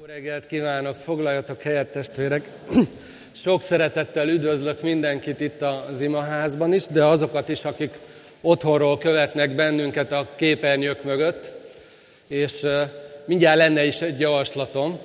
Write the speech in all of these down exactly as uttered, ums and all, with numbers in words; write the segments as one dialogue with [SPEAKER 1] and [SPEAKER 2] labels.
[SPEAKER 1] Jó reggelt kívánok, foglaljatok helyet, testvérek! Sok szeretettel üdvözlök mindenkit itt az imaházban is, de azokat is, akik otthonról követnek bennünket a képernyők mögött. És mindjárt lenne is egy javaslatom.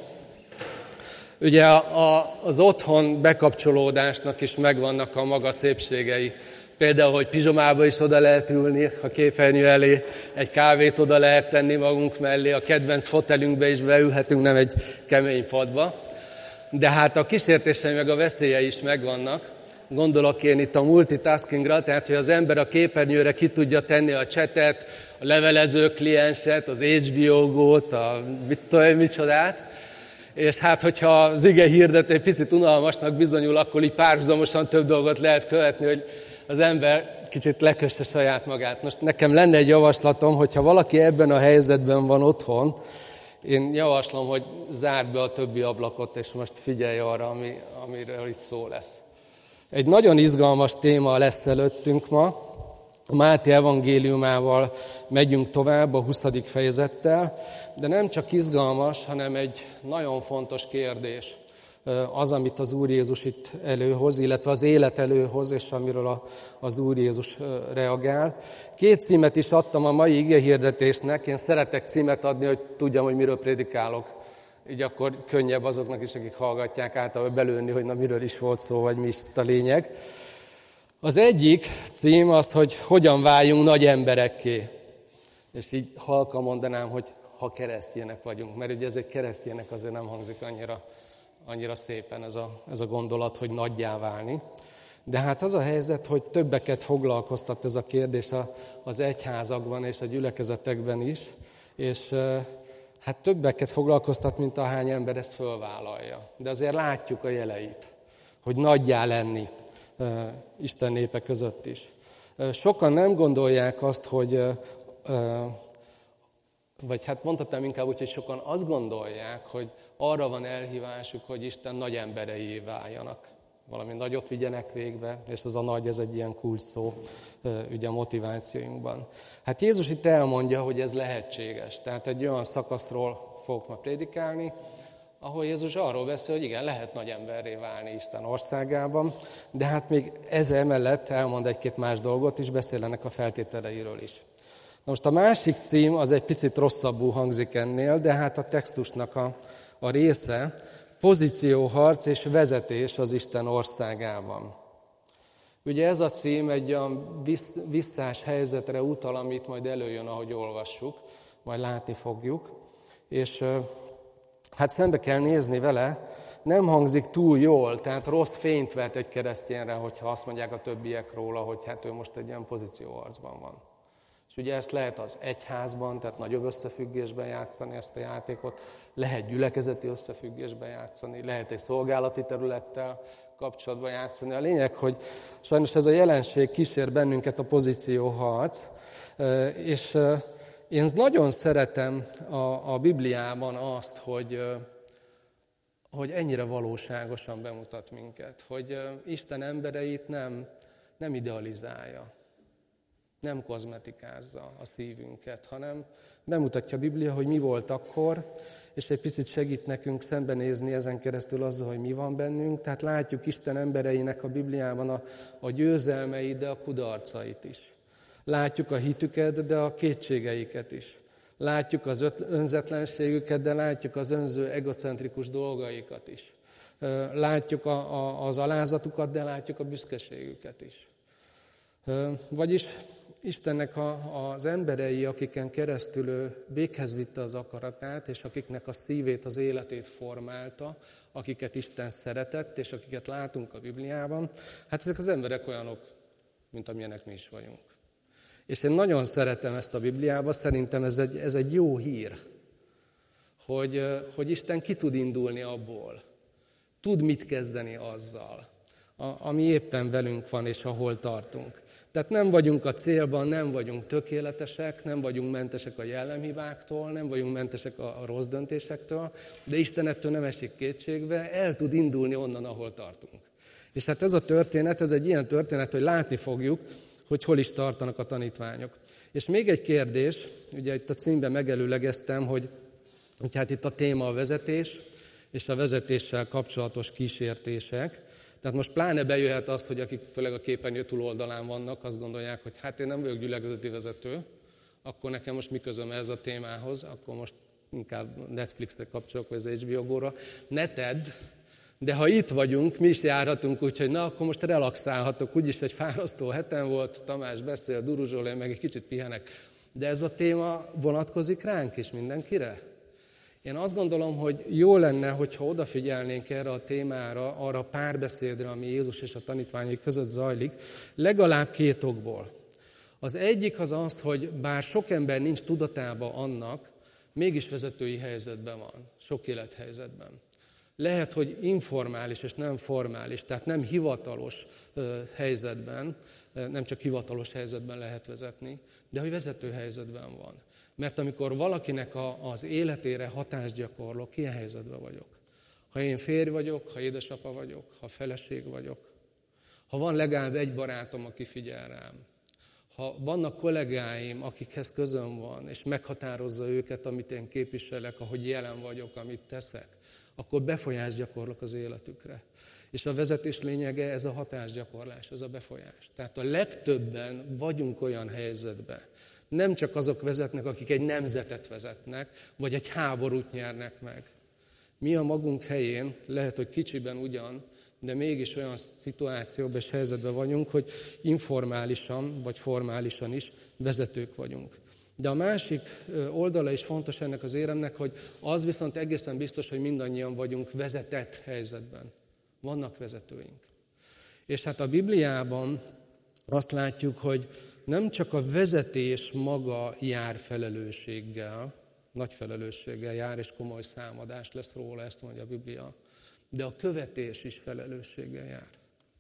[SPEAKER 1] Ugye a, a, az otthon bekapcsolódásnak is megvannak a maga szépségei. Például, hogy pizsomába is oda lehet ülni a képernyő elé, egy kávét oda lehet tenni magunk mellé, a kedvenc fotelünkbe is beülhetünk, nem egy kemény padba. De hát a kísértései meg a veszélyei is megvannak. Gondolok én itt a multitaskingra, tehát hogy az ember a képernyőre ki tudja tenni a csetet, a levelező klienset, az há bé o Go-t, a mit tudom, micsodát. És hát, hogyha az ige hirdető egy picit unalmasnak bizonyul, akkor így párhuzamosan több dolgot lehet követni, hogy az ember kicsit lekösse saját magát. Most nekem lenne egy javaslatom, hogyha valaki ebben a helyzetben van otthon, én javaslom, hogy zárd be a többi ablakot, és most figyelj arra, ami, amiről itt szó lesz. Egy nagyon izgalmas téma lesz előttünk ma. A Máté evangéliumával megyünk tovább a huszadik fejezettel, de nem csak izgalmas, hanem egy nagyon fontos kérdés az, amit az Úr Jézus itt előhoz, illetve az élet előhoz, és amiről az Úr Jézus reagál. Két címet is adtam a mai igehirdetésnek, én szeretek címet adni, hogy tudjam, hogy miről prédikálok. Így akkor könnyebb azoknak is, akik hallgatják, általában belőni, hogy na miről is volt szó, vagy mi is a lényeg. Az egyik cím az, hogy hogyan váljunk nagy emberekké. És így halkan mondanám, hogy ha keresztjének vagyunk, mert ugye ez egy keresztjének azért nem hangzik annyira, annyira szépen ez a, ez a gondolat, hogy nagyjá válni. De hát az a helyzet, hogy többeket foglalkoztat ez a kérdés az egyházakban és a gyülekezetekben is, és hát többeket foglalkoztat, mint ahány ember ezt fölvállalja. De azért látjuk a jeleit, hogy nagyjá lenni Isten népe között is. Sokan nem gondolják azt, hogy, vagy hát mondhatnám inkább úgy, hogy sokan azt gondolják, hogy arra van elhívásuk, hogy Isten nagy embereié váljanak. Valami nagyot vigyenek végbe, és az a nagy, ez egy ilyen kulcs szó ugye a motivációinkban. Hát Jézus itt elmondja, hogy ez lehetséges. Tehát egy olyan szakaszról fogok ma prédikálni, ahol Jézus arról beszél, hogy igen, lehet nagy emberré válni Isten országában, de hát még ezzel mellett elmond egy-két más dolgot is, beszél ennek a feltételeiről is. Na most a másik cím az egy picit rosszabbul hangzik ennél, de hát a textusnak a, a része, pozícióharc és vezetés az Isten országában. Ugye ez a cím egy olyan visszás helyzetre utal, amit majd előjön, ahogy olvassuk, majd látni fogjuk, és hát szembe kell nézni vele, nem hangzik túl jól, tehát rossz fényt vet egy keresztényre, hogyha azt mondják a többiek róla, hogy hát ő most egy ilyen pozícióharcban van. És ugye ezt lehet az egyházban, tehát nagyobb összefüggésben játszani ezt a játékot, lehet gyülekezeti összefüggésben játszani, lehet egy szolgálati területtel kapcsolatban játszani. A lényeg, hogy sajnos ez a jelenség kísér bennünket, a pozícióharc, és én nagyon szeretem a, a Bibliában azt, hogy, hogy ennyire valóságosan bemutat minket, hogy Isten embereit nem, nem idealizálja, nem kozmetikázza a szívünket, hanem bemutatja a Biblia, hogy mi volt akkor, és egy picit segít nekünk szembenézni ezen keresztül azzal, hogy mi van bennünk. Tehát látjuk Isten embereinek a Bibliában a, a győzelmeit, de a kudarcait is. Látjuk a hitüket, de a kétségeiket is. Látjuk az önzetlenségüket, de látjuk az önző, egocentrikus dolgaikat is. Látjuk a, a, az alázatukat, de látjuk a büszkeségüket is. Vagyis Istennek a, az emberei, akiken keresztül ő véghez vitte az akaratát, és akiknek a szívét, az életét formálta, akiket Isten szeretett, és akiket látunk a Bibliában, hát ezek az emberek olyanok, mint amilyenek mi is vagyunk. És én nagyon szeretem ezt a Bibliába, szerintem ez egy, ez egy jó hír, hogy, hogy Isten ki tud indulni abból, tud mit kezdeni azzal, ami éppen velünk van, és ahol tartunk. Tehát nem vagyunk a célban, nem vagyunk tökéletesek, nem vagyunk mentesek a jellemhibáktól, nem vagyunk mentesek a rossz döntésektől, de Isten ettől nem esik kétségbe, el tud indulni onnan, ahol tartunk. És hát ez a történet, ez egy ilyen történet, hogy látni fogjuk, hogy hol is tartanak a tanítványok. És még egy kérdés, ugye itt a címben megelőlegeztem, hogy Úgyhogy itt a téma a vezetés, és a vezetéssel kapcsolatos kísértések. Tehát most pláne bejöhet az, hogy akik főleg a képernyő túloldalán vannak, azt gondolják, hogy hát én nem vagyok gyülekezeti vezető, akkor nekem most mi közöm ez a témához, akkor most inkább Netflixre kapcsolok, vagy az há bé o Go-ra. Ne tedd, de ha itt vagyunk, mi is járhatunk, úgyhogy na, akkor most relaxálhatok. Úgyis egy fárasztó hetem volt, Tamás beszél, Duruzsol, én meg egy kicsit pihenek. De ez a téma vonatkozik ránk is mindenkire? Én azt gondolom, hogy jó lenne, hogyha odafigyelnénk erre a témára, arra a párbeszédre, ami Jézus és a tanítványai között zajlik, legalább két okból. Az egyik az az, hogy bár sok ember nincs tudatában annak, mégis vezetői helyzetben van, sok élethelyzetben. Lehet, hogy informális és nem formális, tehát nem hivatalos helyzetben, nem csak hivatalos helyzetben lehet vezetni, de hogy vezető helyzetben van. Mert amikor valakinek a, az életére hatást gyakorlok, ilyen helyzetben vagyok. Ha én férj vagyok, ha édesapa vagyok, ha feleség vagyok, ha van legalább egy barátom, aki figyel rám, ha vannak kollégáim, akikhez közöm van, és meghatározza őket, amit én képviselek, ahogy jelen vagyok, amit teszek, akkor befolyást gyakorlok az életükre. És a vezetés lényege ez a hatásgyakorlás, ez a befolyás. Tehát a legtöbben vagyunk olyan helyzetben, nem csak azok vezetnek, akik egy nemzetet vezetnek, vagy egy háborút nyernek meg. Mi a magunk helyén, lehet, hogy kicsiben ugyan, de mégis olyan szituációban és helyzetben vagyunk, hogy informálisan, vagy formálisan is vezetők vagyunk. De a másik oldala is fontos ennek az éremnek, hogy az viszont egészen biztos, hogy mindannyian vagyunk vezetett helyzetben. Vannak vezetőink. És hát a Bibliában azt látjuk, hogy nem csak a vezetés maga jár felelősséggel, nagy felelősséggel jár, és komoly számadás lesz róla, ezt mondja a Biblia, de a követés is felelősséggel jár.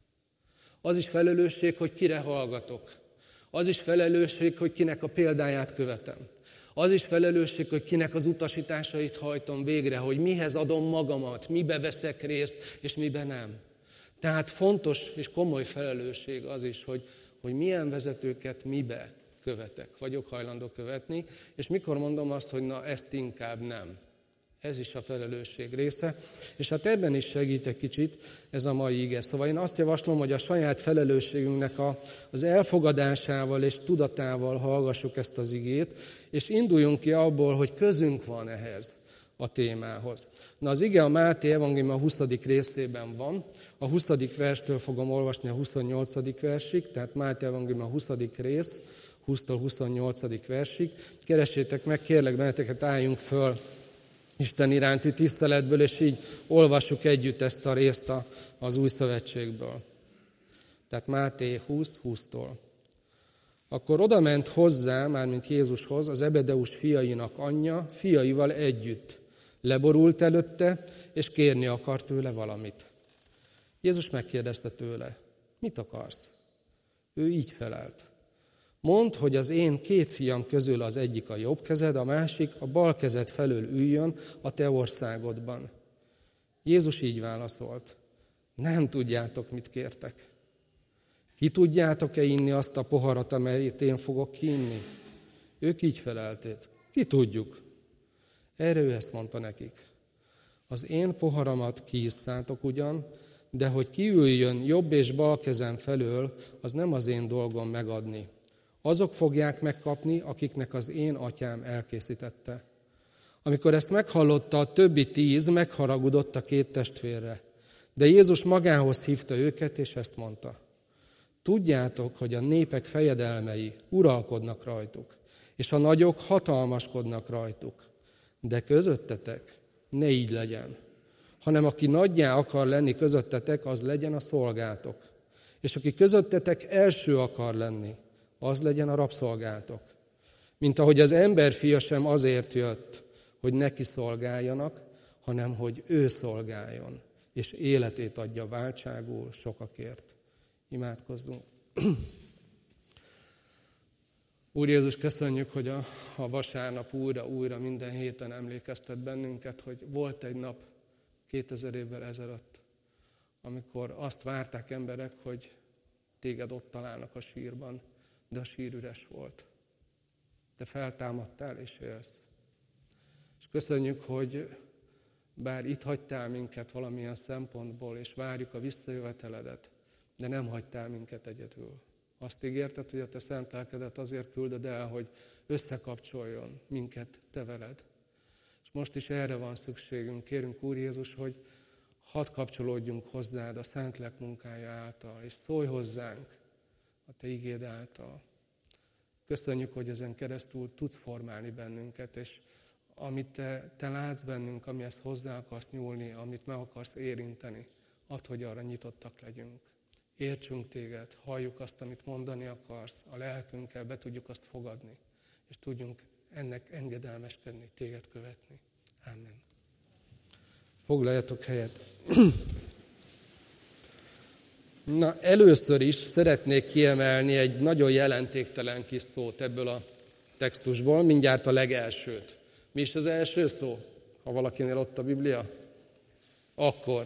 [SPEAKER 1] Az is felelősség, hogy kire hallgatok. Az is felelősség, hogy kinek a példáját követem. Az is felelősség, hogy kinek az utasításait hajtom végre, hogy mihez adom magamat, mibe veszek részt, és mibe nem. Tehát fontos és komoly felelősség az is, hogy, hogy milyen vezetőket mibe követek, vagyok hajlandó követni, és mikor mondom azt, hogy na ezt inkább nem. Ez is a felelősség része, és hát ebben is segít egy kicsit ez a mai ige. Szóval én azt javaslom, hogy a saját felelősségünknek a, az elfogadásával és tudatával hallgassuk ezt az igét, és induljunk ki abból, hogy közünk van ehhez a témához. Na az ige a Máté evangélium a huszadik részében van, a huszadik verstől fogom olvasni a huszonnyolcadik versig, tehát Máté evangélium a huszadik rész, húsztól huszonnyolcadik versig. Keressétek meg, kérlek benneteket, álljunk föl Isten iránti tiszteletből, és így olvassuk együtt ezt a részt az Új Szövetségből. Tehát Máté húsz húsztól. Akkor odament hozzá, mármint Jézushoz, az Ebedeus fiainak anyja, fiaival együtt. Leborult előtte, és kérni akart tőle valamit. Jézus megkérdezte tőle, mit akarsz? Ő így felelt. Mondd, hogy az én két fiam közül az egyik a jobb kezed, a másik a bal kezed felől üljön a te országodban. Jézus így válaszolt. Nem tudjátok, mit kértek. Ki tudjátok-e inni azt a poharat, amelyet én fogok kiinni? Ők így felelték. Ki tudjuk. Erre ő ezt mondta nekik. Az én poharamat kiisszátok ugyan, de hogy kiüljön jobb és bal kezem felől, az nem az én dolgom megadni. Azok fogják megkapni, akiknek az én atyám elkészítette. Amikor ezt meghallotta, a többi tíz megharagudott a két testvérre. De Jézus magához hívta őket, és ezt mondta. Tudjátok, hogy a népek fejedelmei uralkodnak rajtuk, és a nagyok hatalmaskodnak rajtuk. De közöttetek ne így legyen, hanem aki nagyjá akar lenni közöttetek, az legyen a szolgátok. És aki közöttetek első akar lenni, az legyen a rabszolgátok. Mint ahogy az emberfia sem azért jött, hogy neki szolgáljanak, hanem hogy ő szolgáljon, és életét adja váltságul sokakért. Imádkozzunk. Úr Jézus, köszönjük, hogy a, a vasárnap újra, újra minden héten emlékeztet bennünket, hogy volt egy nap kétezer évvel ezelőtt, amikor azt várták emberek, hogy téged ott találnak a sírban, de a sír üres volt. Te feltámadtál és élsz. És köszönjük, hogy bár itt hagytál minket valamilyen szempontból, és várjuk a visszajöveteledet, de nem hagytál minket egyedül. Azt ígérted, hogy a te szent lelkedet azért küldöd el, hogy összekapcsoljon minket te veled. És most is erre van szükségünk. Kérünk, Úr Jézus, hogy hadd kapcsolódjunk hozzád a Szentlélek munkája által, és szólj hozzánk a te igéd által. Köszönjük, hogy ezen keresztül tudsz formálni bennünket, és amit te, te látsz bennünk, amihez hozzá akarsz nyúlni, amit meg akarsz érinteni, add, hogy arra nyitottak legyünk. Értsünk téged, halljuk azt, amit mondani akarsz, a lelkünkkel be tudjuk azt fogadni, és tudjunk ennek engedelmeskedni, téged követni. Amen. Foglaljatok helyet. Na, először is szeretnék kiemelni egy nagyon jelentéktelen kis szót ebből a textusból, mindjárt a legelsőt. Mi is az első szó? Ha valakinél ott a Biblia? Akkor.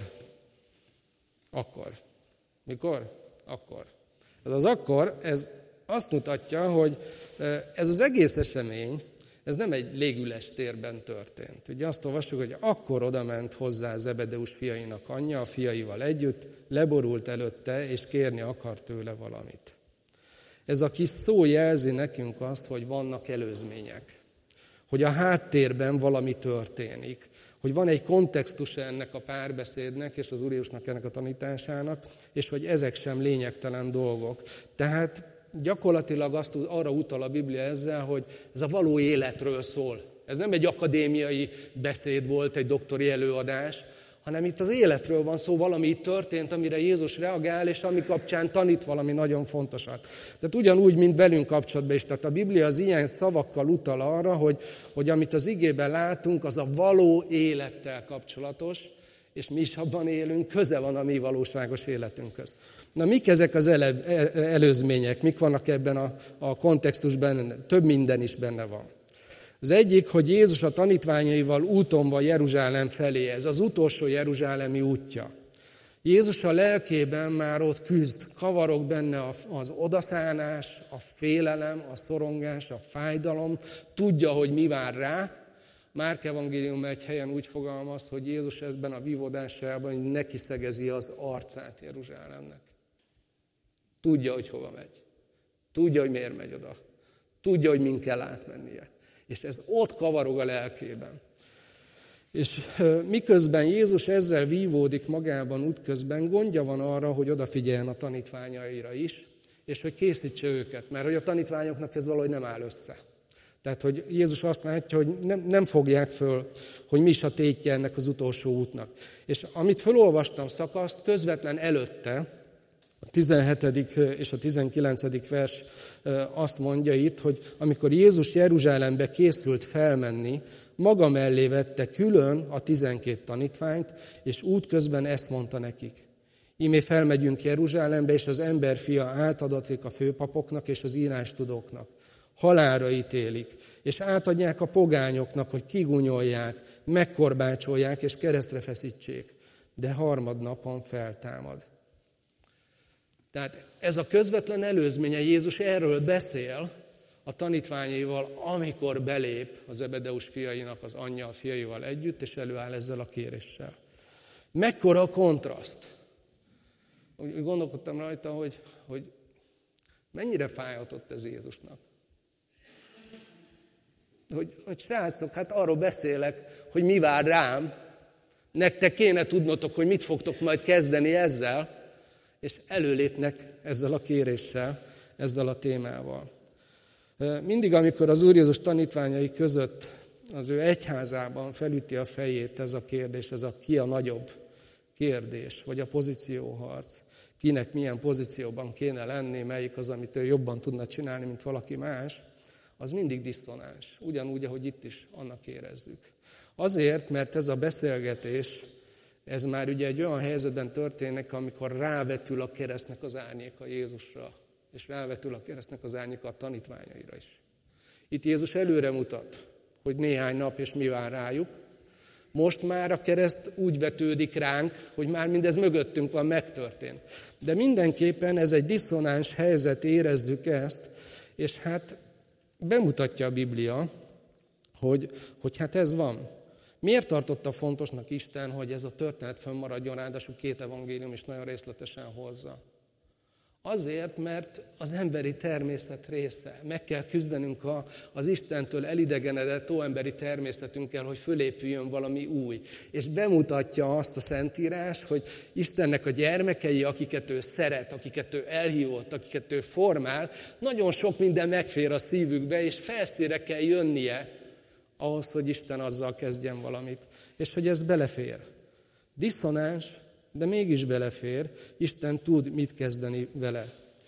[SPEAKER 1] Akkor. Mikor? Akkor. Ez az akkor, ez azt mutatja, hogy ez az egész esemény, ez nem egy légüles térben történt. Ugye azt olvassuk, hogy akkor odament hozzá Zebedeus fiainak anyja, a fiaival együtt, leborult előtte, és kérni akar tőle valamit. Ez a kis szó jelzi nekünk azt, hogy vannak előzmények. Hogy a háttérben valami történik. Hogy van egy kontextus ennek a párbeszédnek, és az Úr Jézusnak ennek a tanításának, és hogy ezek sem lényegtelen dolgok. Tehát gyakorlatilag azt, arra utal a Biblia ezzel, hogy ez a való életről szól. Ez nem egy akadémiai beszéd volt, egy doktori előadás, hanem itt az életről van szó, valami itt történt, amire Jézus reagál, és ami kapcsán tanít valami nagyon fontosat. Tehát ugyanúgy, mint velünk kapcsolatban is. Tehát a Biblia az ilyen szavakkal utal arra, hogy, hogy amit az igében látunk, az a való élettel kapcsolatos, és mi is abban élünk, köze van a mi valóságos életünkhöz. Na, mik ezek az ele, előzmények? Mik vannak ebben a, a kontextusban? Több minden is benne van. Az egyik, hogy Jézus a tanítványaival úton van Jeruzsálem felé. Ez az utolsó jeruzsálemi útja. Jézus a lelkében már ott küzd, kavarog benne az odaszánás, a félelem, a szorongás, a fájdalom. Tudja, hogy mi vár rá. Márk evangélium egy helyen úgy fogalmaz, hogy Jézus ebben a vívódásában neki szegezi az arcát Jeruzsálemnek. Tudja, hogy hova megy. Tudja, hogy miért megy oda. Tudja, hogy min kell átmennie. És ez ott kavarog a lelkében. És miközben Jézus ezzel vívódik magában útközben, gondja van arra, hogy odafigyeljen a tanítványaira is, és hogy készítse őket, mert hogy a tanítványoknak ez valahogy nem áll össze. Tehát, hogy Jézus azt látja, hogy nem, nem fogják föl, hogy mi is a tétje ennek az utolsó útnak. És amit felolvastam szakaszt, közvetlen előtte, a tizenhetedik és a tizenkilencedik vers azt mondja itt, hogy amikor Jézus Jeruzsálembe készült felmenni, maga mellé vette külön a tizenkét tanítványt, és útközben ezt mondta nekik. Íme felmegyünk Jeruzsálembe, és az emberfia átadatik a főpapoknak és az írástudóknak. Halálra ítélik, és átadják a pogányoknak, hogy kigúnyolják, megkorbácsolják és keresztre feszítsék, de harmadnapon feltámad. Tehát ez a közvetlen előzménye, Jézus erről beszél a tanítványaival, amikor belép az Zebedeus fiainak az anyja a fiaival együtt, és előáll ezzel a kéréssel. Mekkora a kontraszt? Úgy gondolkodtam rajta, hogy, hogy mennyire fájhatott ez Jézusnak. Hogy, hogy srácok, hát arról beszélek, hogy mi vár rám, nektek kéne tudnotok, hogy mit fogtok majd kezdeni ezzel, és előlépnek ezzel a kéréssel, ezzel a témával. Mindig, amikor az Úr Jézus tanítványai között az ő egyházában felüti a fejét ez a kérdés, ez a ki a nagyobb kérdés, vagy a pozícióharc, kinek milyen pozícióban kéne lenni, melyik az, amit ő jobban tudna csinálni, mint valaki más, az mindig diszonáns. Ugyanúgy, ahogy itt is annak érezzük. Azért, mert ez a beszélgetés, ez már ugye egy olyan helyzetben történik, amikor rávetül a keresztnek az árnyéka Jézusra, és rávetül a keresztnek az árnyéka a tanítványaira is. Itt Jézus előre mutat, hogy néhány nap és mi vár rájuk. Most már a kereszt úgy vetődik ránk, hogy már mindez mögöttünk van, megtörtént. De mindenképpen ez egy diszonáns helyzet, érezzük ezt, és hát bemutatja a Biblia, hogy, hogy hát ez van. Miért tartotta fontosnak Isten, hogy ez a történet fönnmaradjon, ráadásul két evangélium is nagyon részletesen hozza? Azért, mert az emberi természet része. Meg kell küzdenünk a, az Istentől elidegenedett óemberi természetünkkel, hogy fölépüljön valami új. És bemutatja azt a Szentírás, hogy Istennek a gyermekei, akiket ő szeret, akiket ő elhívott, akiket ő formál, nagyon sok minden megfér a szívükbe, és felszínre kell jönnie ahhoz, hogy Isten azzal kezdjen valamit. És hogy ez belefér. Diszonáns, de mégis belefér, Isten tud mit kezdeni vele.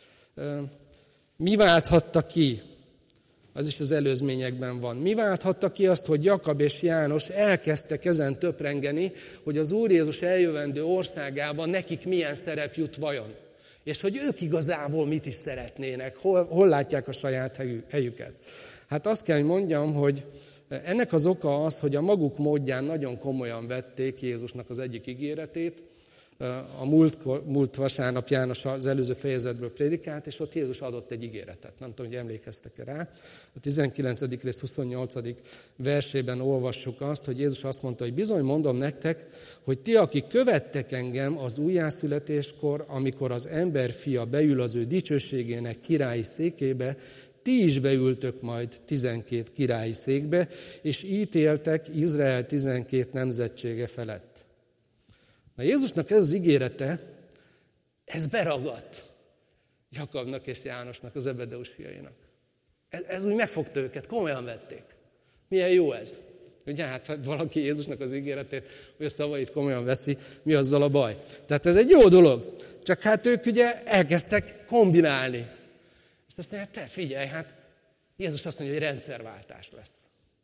[SPEAKER 1] Mi válthatta ki? Az is az előzményekben van. Mi válthatta ki azt, hogy Jakab és János elkezdtek ezen töprengeni, hogy az Úr Jézus eljövendő országában nekik milyen szerep jut vajon? És hogy ők igazából mit is szeretnének, hol, hol látják a saját helyüket. Hát azt kell, hogy mondjam, hogy ennek az oka az, hogy a maguk módján nagyon komolyan vették Jézusnak az egyik ígéretét. A múlt, múlt vasárnap János az előző fejezetből prédikált, és ott Jézus adott egy ígéretet. Nem tudom, hogy emlékeztek-e rá. A tizenkilencedik rész huszonnyolcadik versében olvassuk azt, hogy Jézus azt mondta, hogy bizony mondom nektek, hogy ti, akik követtek engem az újjászületéskor, amikor az ember fia beül az ő dicsőségének királyi székébe, ti is beültök majd tizenkét királyi székbe, és ítéltek Izrael tizenkét nemzetsége felett. Na Jézusnak ez az ígérete, ez beragadt Jakabnak és Jánosnak, az Zebedeus fiainak. Ez, ez úgy megfogta őket, komolyan vették. Milyen jó ez. Ugye, hát valaki Jézusnak az ígéretét, hogy a szavait komolyan veszi, mi azzal a baj. Tehát ez egy jó dolog. Csak hát ők ugye elkezdtek kombinálni. És azt mondja, te figyelj, hát Jézus azt mondja, hogy rendszerváltás lesz.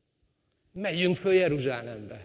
[SPEAKER 1] Megyünk föl Jeruzsálembe.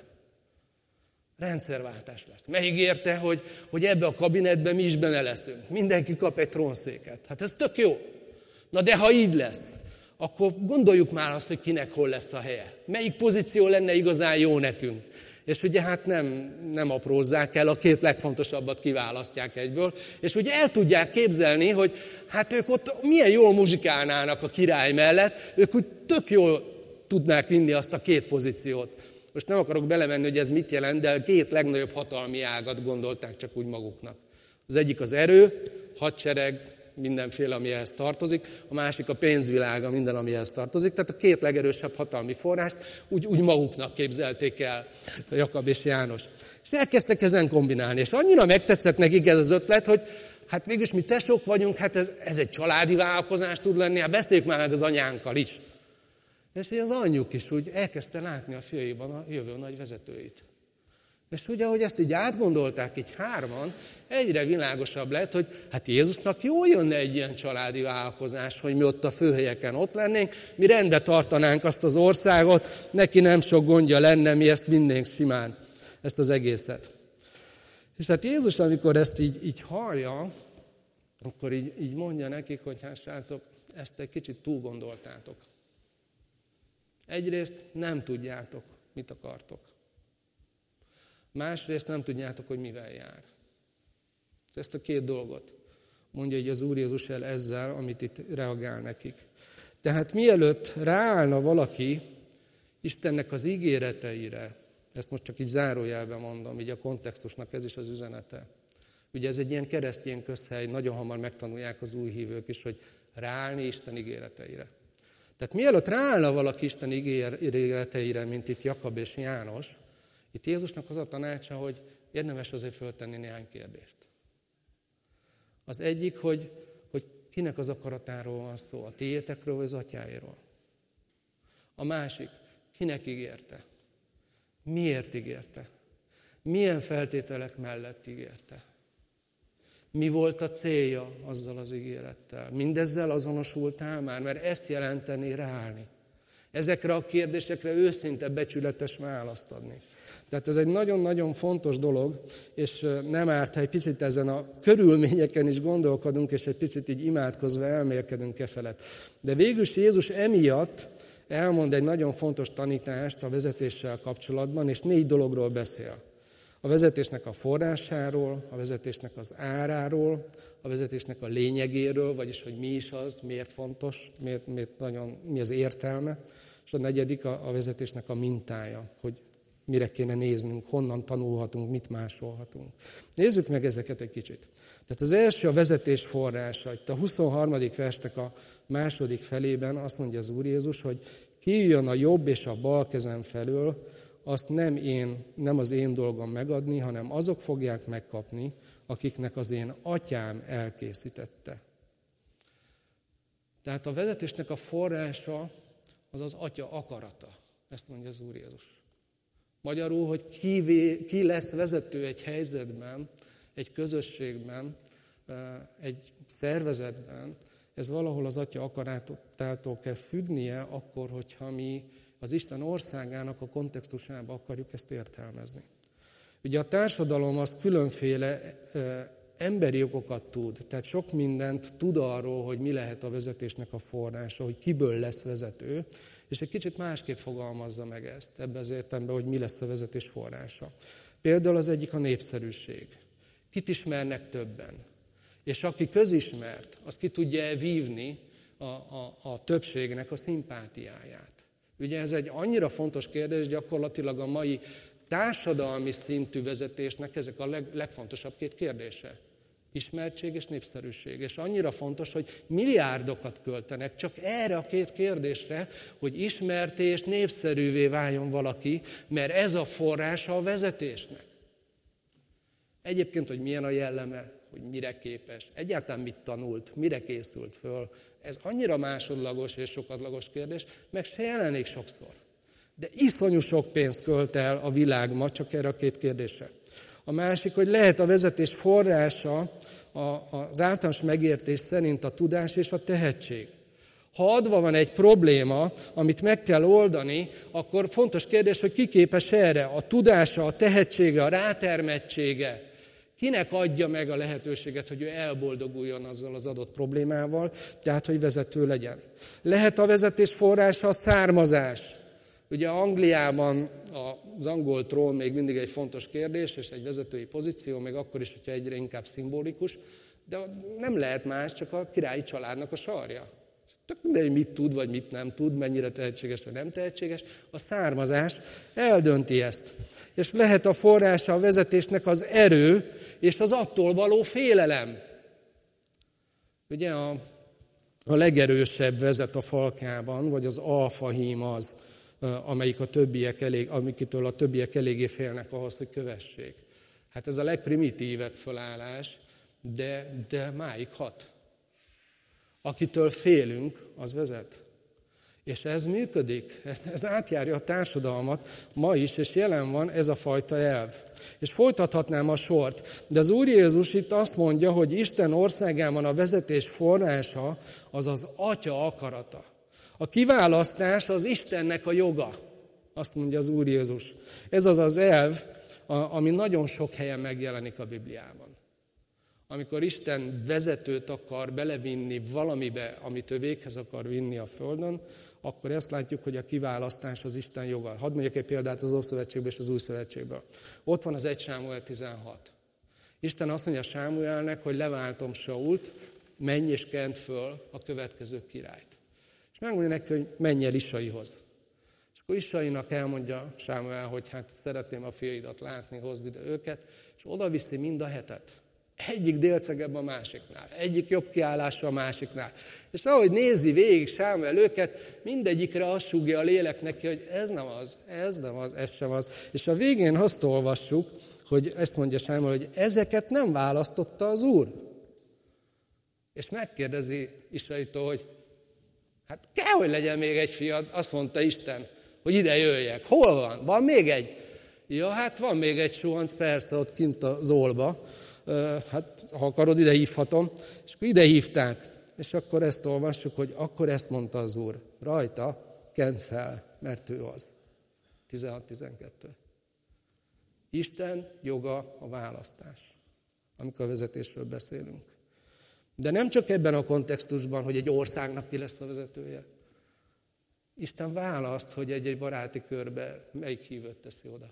[SPEAKER 1] Rendszerváltás lesz. Megígérte, hogy, hogy ebbe a kabinetben mi is benne leszünk. Mindenki kap egy trónszéket. Hát ez tök jó. Na de ha így lesz, akkor gondoljuk már azt, hogy kinek hol lesz a helye. Melyik pozíció lenne igazán jó nekünk. És ugye hát nem, nem aprózzák el, a két legfontosabbat kiválasztják egyből. És ugye el tudják képzelni, hogy hát ők ott milyen jól muzsikálnának a király mellett, ők úgy tök jól tudnák vinni azt a két pozíciót. Most nem akarok belemenni, hogy ez mit jelent, de a két legnagyobb hatalmi ágat gondolták csak úgy maguknak. Az egyik az erő, hadsereg, mindenféle, ami ehhez tartozik, a másik a pénzvilága, minden, ami ehhez tartozik. Tehát a két legerősebb hatalmi forrást úgy, úgy maguknak képzelték el Jakab és János. És elkezdtek ezen kombinálni, és annyira megtetszett nekik ez az ötlet, hogy hát végülis mi tesók vagyunk, hát ez, ez egy családi vállalkozás tud lenni, hát beszéljük már meg az anyánkkal is. És hogy az anyjuk is úgy elkezdte látni a fiaiban a jövő nagy vezetőit. És ugye, ahogy ezt így átgondolták így hárman, egyre világosabb lett, hogy hát Jézusnak jól jönne egy ilyen családi vállalkozás, hogy mi ott a főhelyeken ott lennénk, mi rendbe tartanánk azt az országot, neki nem sok gondja lenne, mi ezt vinnénk simán, ezt az egészet. És hát Jézus, amikor ezt így, így hallja, akkor így, így mondja nekik, hogy hát srácok, ezt egy kicsit túl gondoltátok. Egyrészt nem tudjátok, mit akartok. Másrészt nem tudjátok, hogy mivel jár. Ezt a két dolgot mondja hogy az Úr Jézus el ezzel, amit itt reagál nekik. Tehát mielőtt ráállna valaki Istennek az ígéreteire, ezt most csak így zárójelben mondom, így a kontextusnak ez is az üzenete. Ugye ez egy ilyen keresztény közhely, nagyon hamar megtanulják az új hívők is, hogy ráállni Isten ígéreteire. Tehát mielőtt ráállna valaki Isten ígéreteire, mint itt Jakab és János, itt Jézusnak az a tanácsa, hogy érdemes azért föltenni néhány kérdést. Az egyik, hogy, hogy kinek az akaratáról van szó, a tiétekről vagy az atyáéról. A másik, kinek ígérte? Miért ígérte? Milyen feltételek mellett ígérte? Mi volt a célja azzal az ígérettel? Mindezzel azonosultál már, mert ezt jelenteni ráállni. Ezekre a kérdésekre őszinte, becsületes választ adni. Tehát ez egy nagyon-nagyon fontos dolog, és nem árt, ha egy picit ezen a körülményeken is gondolkodunk, és egy picit így imádkozva elmélkedünk e felett. De végülis Jézus emiatt elmond egy nagyon fontos tanítást a vezetéssel kapcsolatban, és négy dologról beszél. A vezetésnek a forrásáról, a vezetésnek az áráról, a vezetésnek a lényegéről, vagyis hogy mi is az, miért fontos, miért, miért nagyon, mi az értelme, És a negyedik a, a vezetésnek a mintája, hogy mire kéne néznünk, honnan tanulhatunk, mit másolhatunk. Nézzük meg ezeket egy kicsit. Tehát az első a vezetés forrása. Itt a huszonharmadik versnek a második felében azt mondja az Úr Jézus, hogy ki jön a jobb és a bal kezem felől, azt nem én, nem az én dolgom megadni, hanem azok fogják megkapni, akiknek az én atyám elkészítette. Tehát a vezetésnek a forrása az az atya akarata. Ezt mondja az Úr Jézus. Magyarul, hogy ki, ki lesz vezető egy helyzetben, egy közösségben, egy szervezetben, ez valahol az atya akaratától kell függnie, akkor, hogyha mi az Isten országának a kontextusába akarjuk ezt értelmezni. Ugye a társadalom az különféle emberi jogokat tud, tehát sok mindent tud arról, hogy mi lehet a vezetésnek a forrása, hogy kiből lesz vezető, és egy kicsit másképp fogalmazza meg ezt, ebben az értelemben, hogy mi lesz a vezetés forrása. Például az egyik a népszerűség. Kit ismernek többen? És aki közismert, az ki tudja vívni a, a, a többségnek a szimpátiáját. Ugye ez egy annyira fontos kérdés, gyakorlatilag a mai társadalmi szintű vezetésnek ezek a leg, legfontosabb két kérdése. Ismertség és népszerűség. És annyira fontos, hogy milliárdokat költenek csak erre a két kérdésre, hogy ismerté és népszerűvé váljon valaki, mert ez a forrása a vezetésnek. Egyébként, hogy milyen a jelleme, hogy mire képes, egyáltalán mit tanult, mire készült föl, ez annyira másodlagos és sokadlagos kérdés, meg se jelenik sokszor. De iszonyú sok pénzt költ el a világ ma csak erre a két kérdésre. A másik, hogy lehet a vezetés forrása az általános megértés szerint a tudás és a tehetség. Ha adva van egy probléma, amit meg kell oldani, akkor fontos kérdés, hogy ki képes erre. A tudása, a tehetsége, a rátermettsége. Kinek adja meg a lehetőséget, hogy ő elboldoguljon azzal az adott problémával, tehát hogy vezető legyen. Lehet a vezetés forrása a származás. Ugye Angliában az angol trón még mindig egy fontos kérdés, és egy vezetői pozíció, még akkor is, hogyha egyre inkább szimbolikus, de nem lehet más, csak a királyi családnak a sarja. Tök mindegy, mit tud, vagy mit nem tud, mennyire tehetséges, vagy nem tehetséges, a származás eldönti ezt. És lehet a forrása a vezetésnek az erő, és az attól való félelem. Ugye a, a legerősebb vezet a falkában, vagy az alfahím az, amelyik a többiek elég, amikitől a többiek eléggé félnek ahhoz, hogy kövessék. Hát ez a legprimitívebb felállás, de, de máig hat. Akitől félünk, az vezet. És ez működik, ez, ez átjárja a társadalmat ma is, és jelen van ez a fajta elv. És folytathatnám a sort, de az Úr Jézus itt azt mondja, hogy Isten országában a vezetés forrása az az Atya akarata. A kiválasztás az Istennek a joga, azt mondja az Úr Jézus. Ez az az elv, ami nagyon sok helyen megjelenik a Bibliában. Amikor Isten vezetőt akar belevinni valamibe, amit ő véghez akar vinni a földön, akkor ezt látjuk, hogy a kiválasztás az Isten joga. Hadd mondjak egy példát az Ószövetségből és az Új Szövetségből. Ott van az egy Sámuel tizenhat. Isten azt mondja Sámuelnek, hogy leváltom Sault, menj és kent föl a következő királyt. És megmondja neki, hogy menj el Isaihoz. És akkor Isainak elmondja Sámuel, hogy hát szeretném a fiaidat látni, hozd ide őket, és oda viszi mind a hetet. Egyik délcegebb a másiknál, egyik jobb kiállása a másiknál. És ahogy nézi végig Sámuel őket, mindegyikre azt súgja a lélek neki, hogy ez nem az, ez nem az, ez sem az. És a végén azt olvassuk, hogy ezt mondja Sámuel, hogy ezeket nem választotta az Úr. És megkérdezi Isaitól, hogy hát kell, hogy legyen még egy fiad, azt mondta Isten, hogy ide jöjjek. Hol van? Van még egy? Ja, hát van még egy suhanc, persze, ott kint a zólba. Hát, ha akarod, ide hívhatom. És akkor ide hívták. És akkor ezt olvassuk, hogy akkor ezt mondta az Úr. Rajta kent fel, mert ő az. tizenhat tizenkettő. Isten joga a választás, amikor a vezetésről beszélünk. De nem csak ebben a kontextusban, hogy egy országnak ki lesz a vezetője. Isten választ, hogy egy-egy baráti körbe melyik hívőt teszi oda.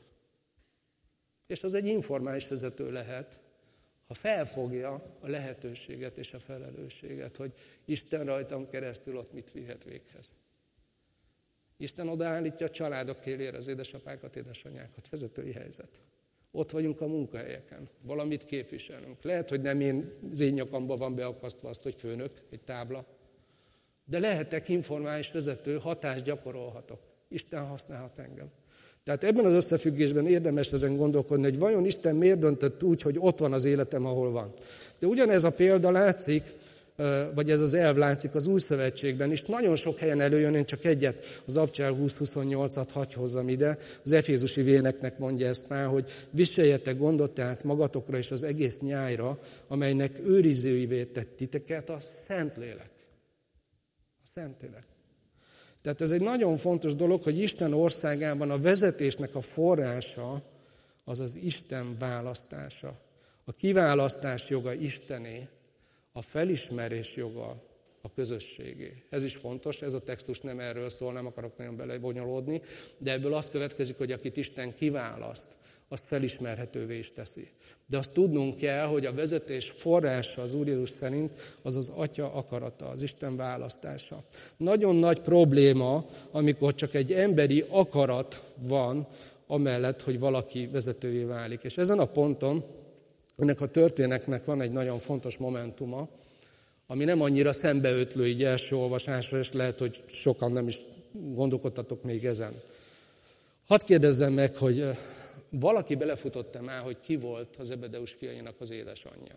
[SPEAKER 1] És az egy informális vezető lehet, ha felfogja a lehetőséget és a felelősséget, hogy Isten rajtam keresztül ott mit vihet véghez. Isten odaállítja a családok élére az édesapákat, édesanyákat, vezetői helyzet. Ott vagyunk a munkahelyeken, valamit képviselünk. Lehet, hogy nem én, az én nyakamban van beakasztva azt, hogy főnök, egy tábla, de lehetek informális vezető, hatást gyakorolhatok. Isten használhat engem. Tehát ebben az összefüggésben érdemes ezen gondolkodni, hogy vajon Isten miért döntött úgy, hogy ott van az életem, ahol van. De ugyanez a példa látszik, vagy ez az elv látszik az Új Szövetségben is. Nagyon sok helyen előjön, én csak egyet, az Abcsel húsz huszonnyolcat hagy hozzam ide. Az efézusi véneknek mondja ezt már, hogy viseljetek gondot tehát magatokra és az egész nyájra, amelynek őrizőivé tett titeket a Szentlélek. A Szentlélek. Tehát ez egy nagyon fontos dolog, hogy Isten országában a vezetésnek a forrása az az Isten választása. A kiválasztás joga Istené, a felismerés joga a közösségé. Ez is fontos, ez a textus nem erről szól, nem akarok nagyon belebonyolódni, de ebből az következik, hogy akit Isten kiválaszt, azt felismerhetővé is teszi. De azt tudnunk kell, hogy a vezetés forrása az Úr Jézus szerint az az Atya akarata, az Isten választása. Nagyon nagy probléma, amikor csak egy emberi akarat van, amellett, hogy valaki vezetővé válik. És ezen a ponton ennek a történetnek van egy nagyon fontos momentuma, ami nem annyira szembeötlő így első olvasásra, és lehet, hogy sokan nem is gondolkodtatok még ezen. Hadd kérdezzem meg, hogy valaki belefutott-e már, hogy ki volt az Zebedeus fiainak az édesanyja?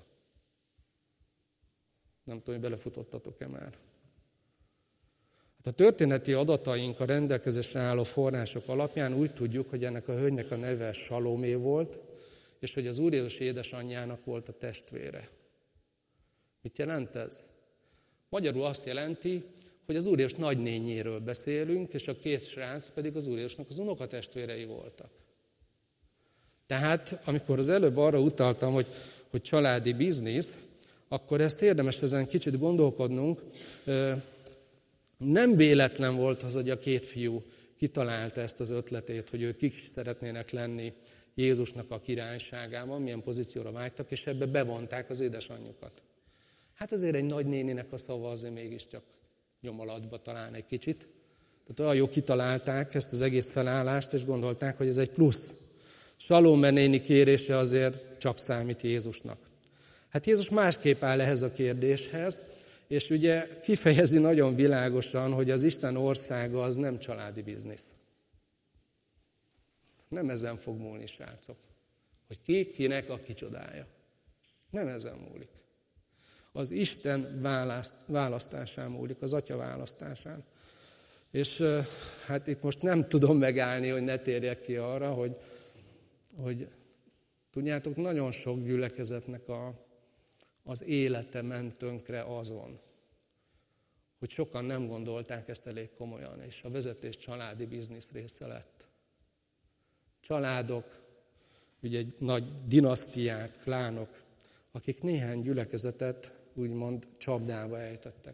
[SPEAKER 1] Nem tudom, hogy belefutottatok-e már. Hát a történeti adataink, a rendelkezésre álló források alapján úgy tudjuk, hogy ennek a hölgynek a neve Salomé volt, és hogy az Úr Jézus édesanyjának volt a testvére. Mit jelent ez? Magyarul azt jelenti, hogy az Úr Jézus nagynényéről beszélünk, és a két srác pedig az Úr Jézusnak az unokatestvérei voltak. Tehát, amikor az előbb arra utaltam, hogy, hogy családi biznisz, akkor ezt érdemes ezen kicsit gondolkodnunk. Nem véletlen volt az, hogy a két fiú kitalálta ezt az ötletét, hogy ők kik is szeretnének lenni Jézusnak a királyságában, milyen pozícióra vágytak, és ebbe bevonták az édesanyjukat. Hát azért egy nagynéninek a szava azért mégiscsak nyomalatba talán egy kicsit. Tehát olyan jó kitalálták ezt az egész felállást, és gondolták, hogy ez egy plusz. Salome néni kérése azért csak számít Jézusnak. Hát Jézus másképp áll ehhez a kérdéshez, és ugye kifejezi nagyon világosan, hogy az Isten országa az nem családi biznisz. Nem ezen fog múlni, srácok. Hogy ki, kinek a kicsodája. Nem ezen múlik. Az Isten választ, választásán múlik, az Atya választásán. És hát itt most nem tudom megállni, hogy ne térjek ki arra, hogy, hogy tudjátok, nagyon sok gyülekezetnek a, az élete ment tönkre azon, hogy sokan nem gondolták ezt elég komolyan, és a vezetés családi biznisz része lett. Családok, ugye nagy dinasztiák, klánok, akik néhány gyülekezetet úgymond csapdába ejtettek.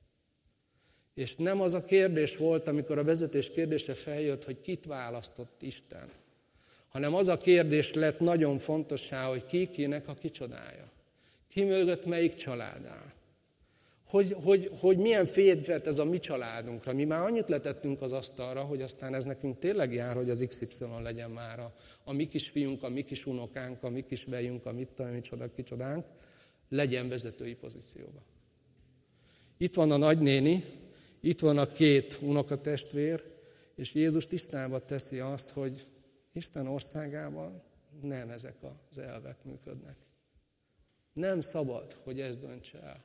[SPEAKER 1] És nem az a kérdés volt, amikor a vezetés kérdése feljött, hogy kit választott Isten, hanem az a kérdés lett nagyon fontossá, hogy ki kinek a kicsodája. Ki mögött melyik család áll. Hogy, hogy, hogy milyen fényt vett ez a mi családunkra. Mi már annyit letettünk az asztalra, hogy aztán ez nekünk tényleg jár, hogy az iksz ipszilon legyen már a, a mi kis fiunk, a mi kis unokánk, a mi kis vejünk, a mit tudom, micsoda kicsodánk, legyen vezetői pozícióba. Itt van a nagynéni, itt van a két unokatestvér, és Jézus tisztába teszi azt, hogy Isten országában nem ezek az elvek működnek. Nem szabad, hogy ez döntse el.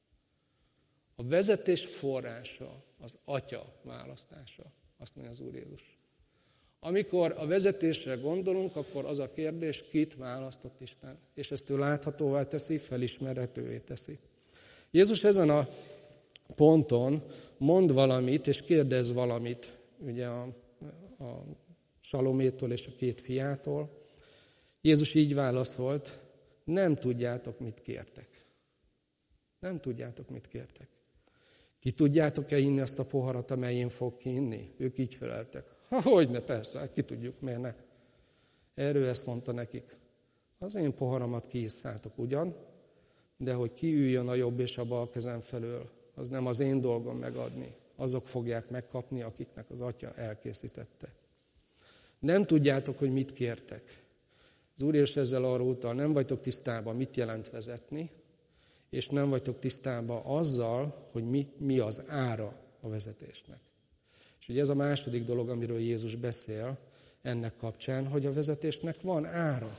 [SPEAKER 1] A vezetés forrása az Atya választása, azt mondja az Úr Jézus. Amikor a vezetésre gondolunk, akkor az a kérdés, kit választott Isten. És ezt ő láthatóvá teszi, felismerhetővé teszi. Jézus ezen a ponton mond valamit, és kérdez valamit, ugye a, a Salométól és a két fiától. Jézus így válaszolt, nem tudjátok, mit kértek. Nem tudjátok, mit kértek. Ki tudjátok-e inni azt a poharat, amely én fog ki inni? Ők így feleltek. Hogyne, persze, hát ki tudjuk, miért ne. Erről ezt mondta nekik. Az én poharamat kiisszátok ugyan, de hogy ki üljön a jobb és a bal kezem felől, az nem az én dolgom megadni. azok fogják megkapni, akiknek az Atya elkészítette. Nem tudjátok, hogy mit kértek. Az Úr Jézus ezzel arra utal, nem vagytok tisztában, mit jelent vezetni, és nem vagytok tisztában azzal, hogy mi, mi az ára a vezetésnek. És ugye ez a második dolog, amiről Jézus beszél ennek kapcsán, hogy a vezetésnek van ára.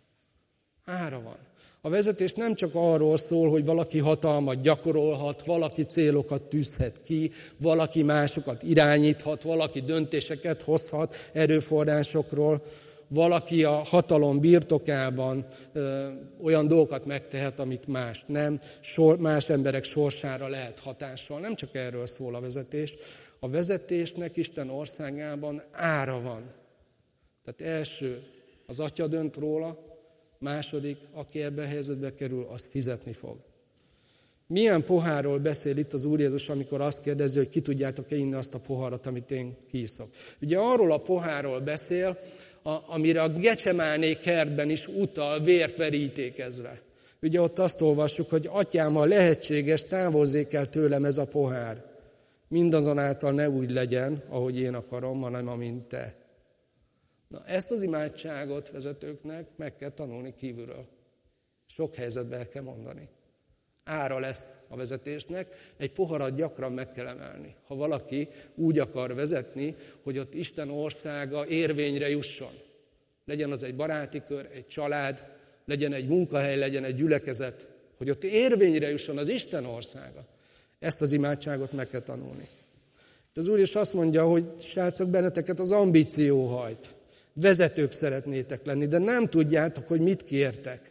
[SPEAKER 1] Ára van. A vezetés nem csak arról szól, hogy valaki hatalmat gyakorolhat, valaki célokat tűzhet ki, valaki másokat irányíthat, valaki döntéseket hozhat erőforrásokról, valaki a hatalom birtokában ö, olyan dolgokat megtehet, amit más nem, sor, más emberek sorsára lehet hatással. Nem csak erről szól a vezetés. A vezetésnek Isten országában ára van. Tehát első, az Atya dönt róla, második, aki ebben a helyzetbe kerül, az fizetni fog. Milyen pohárról beszél itt az Úr Jézus, amikor azt kérdezi, hogy ki tudjátok-e inni azt a poharat, amit én kiiszok. Ugye arról a pohárról beszél, a, amire a Gecsemáné kertben is utal, vért verítékezve. Ugye ott azt olvassuk, hogy Atyám, ha lehetséges, távozzék el tőlem ez a pohár. Mindazonáltal ne úgy legyen, ahogy én akarom, hanem amint te. Na, ezt az imádságot vezetőknek meg kell tanulni kívülről. Sok helyzetben el kell mondani. Ára lesz a vezetésnek, egy poharat gyakran meg kell emelni. Ha valaki úgy akar vezetni, hogy ott Isten országa érvényre jusson. Legyen az egy baráti kör, egy család, legyen egy munkahely, legyen egy gyülekezet, hogy ott érvényre jusson az Isten országa. Ezt az imádságot meg kell tanulni. Itt az Úr is azt mondja, hogy srácok, benneteket az ambíció hajt. Vezetők szeretnétek lenni, de nem tudjátok, hogy mit kértek.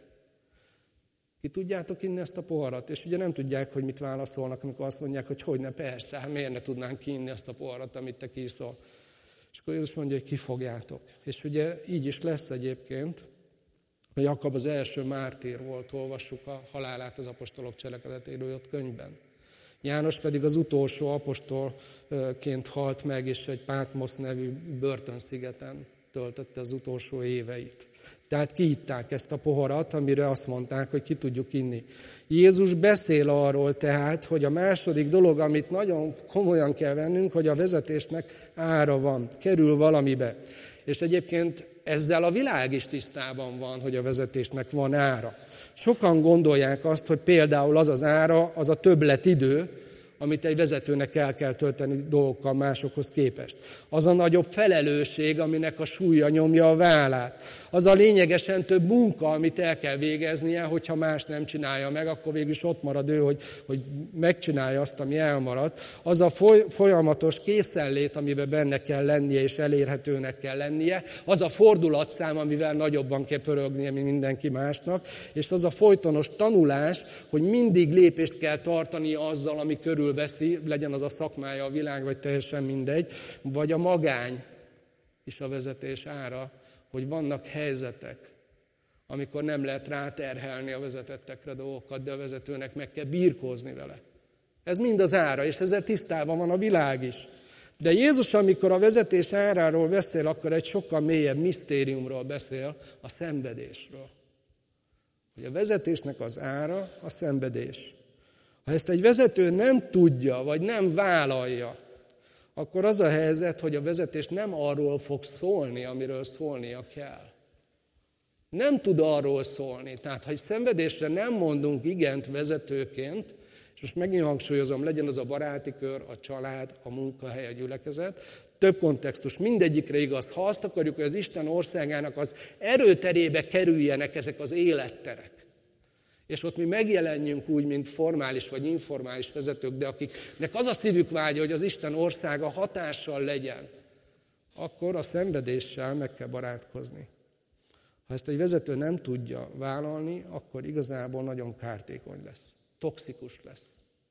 [SPEAKER 1] Ki tudjátok inni ezt a poharat? És ugye nem tudják, hogy mit válaszolnak, amikor azt mondják, hogy hogyne, persze, hát miért ne tudnánk kiinni ezt a poharat, amit te kiiszol. És akkor Jézus mondja, hogy ki fogjátok. És ugye így is lesz egyébként, hogy Jakab az első mártír volt, olvassuk a halálát az apostolok cselekedetéről jött könyvben. János pedig az utolsó apostolként halt meg, és egy Pátmosz nevű börtönszigeten töltötte az utolsó éveit. Tehát kiitták ezt a poharat, amire azt mondták, hogy ki tudjuk inni. Jézus beszél arról tehát, hogy a második dolog, amit nagyon komolyan kell vennünk, hogy a vezetésnek ára van, kerül valamibe. És egyébként ezzel a világ is tisztában van, hogy a vezetésnek van ára. Sokan gondolják azt, hogy például az az ára, az a többletidő, amit egy vezetőnek el kell tölteni dolgokkal másokhoz képest. Az a nagyobb felelősség, aminek a súlya nyomja a vállát. Az a lényegesen több munka, amit el kell végeznie, hogyha más nem csinálja meg, akkor végül is ott marad ő, hogy, hogy megcsinálja azt, ami elmaradt. Az a folyamatos készenlét, amiben benne kell lennie és elérhetőnek kell lennie. Az a fordulatszám, amivel nagyobban kell pörögnie, mint mindenki másnak. És az a folytonos tanulás, hogy mindig lépést kell tartani azzal, ami körül veszi, legyen az a szakmája, a világ, vagy teljesen mindegy, vagy a magány is a vezetés ára, hogy vannak helyzetek, amikor nem lehet ráterhelni a vezetettekre dolgokat, de a vezetőnek meg kell birkózni vele. Ez mind az ára, és ezzel tisztában van a világ is. De Jézus, amikor a vezetés áráról beszél, akkor egy sokkal mélyebb misztériumról beszél, a szenvedésről. Hogy a vezetésnek az ára a szenvedés. Ha ezt egy vezető nem tudja, vagy nem vállalja, akkor az a helyzet, hogy a vezetés nem arról fog szólni, amiről szólnia kell. Nem tud arról szólni. Tehát, ha egy szenvedésre nem mondunk igent vezetőként, és most megint hangsúlyozom, legyen az a baráti kör, a család, a munkahely, a gyülekezet, több kontextus, mindegyikre igaz. Ha azt akarjuk, hogy az Isten országának az erőterébe kerüljenek ezek az életterek, és ott mi megjelenjünk úgy, mint formális vagy informális vezetők, de akiknek az a szívük vágya, hogy az Isten országa hatással legyen, akkor a szenvedéssel meg kell barátkozni. Ha ezt egy vezető nem tudja vállalni, akkor igazából nagyon kártékony lesz. Toxikus lesz.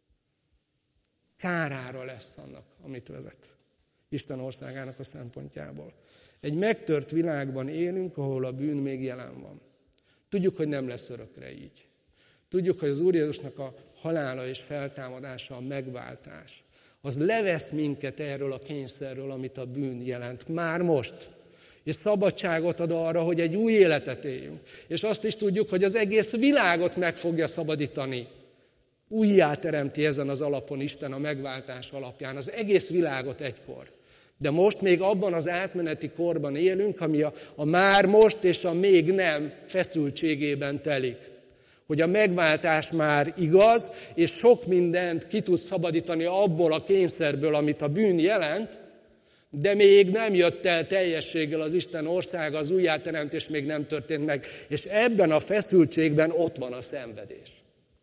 [SPEAKER 1] Kárára lesz annak, amit vezet. Isten országának a szempontjából. Egy megtört világban élünk, ahol a bűn még jelen van. Tudjuk, hogy nem lesz örökre így. Tudjuk, hogy az Úr Jézusnak a halála és feltámadása, a megváltás, az levesz minket erről a kényszerről, amit a bűn jelent. Már most. És szabadságot ad arra, hogy egy új életet éljünk. És azt is tudjuk, hogy az egész világot meg fogja szabadítani. Újjáteremti ezen az alapon Isten a megváltás alapján az egész világot egykor. De most még abban az átmeneti korban élünk, ami a, a már most és a még nem feszültségében telik. Hogy a megváltás már igaz, és sok mindent ki tud szabadítani abból a kényszerből, amit a bűn jelent, de még nem jött el teljességgel az Isten országa, az újjáteremtés még nem történt meg. És ebben a feszültségben ott van a szenvedés.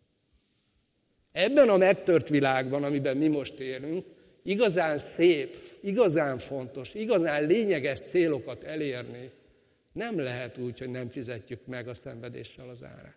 [SPEAKER 1] Ebben a megtört világban, amiben mi most élünk, igazán szép, igazán fontos, igazán lényeges célokat elérni nem lehet úgy, hogy nem fizetjük meg a szenvedéssel az árát.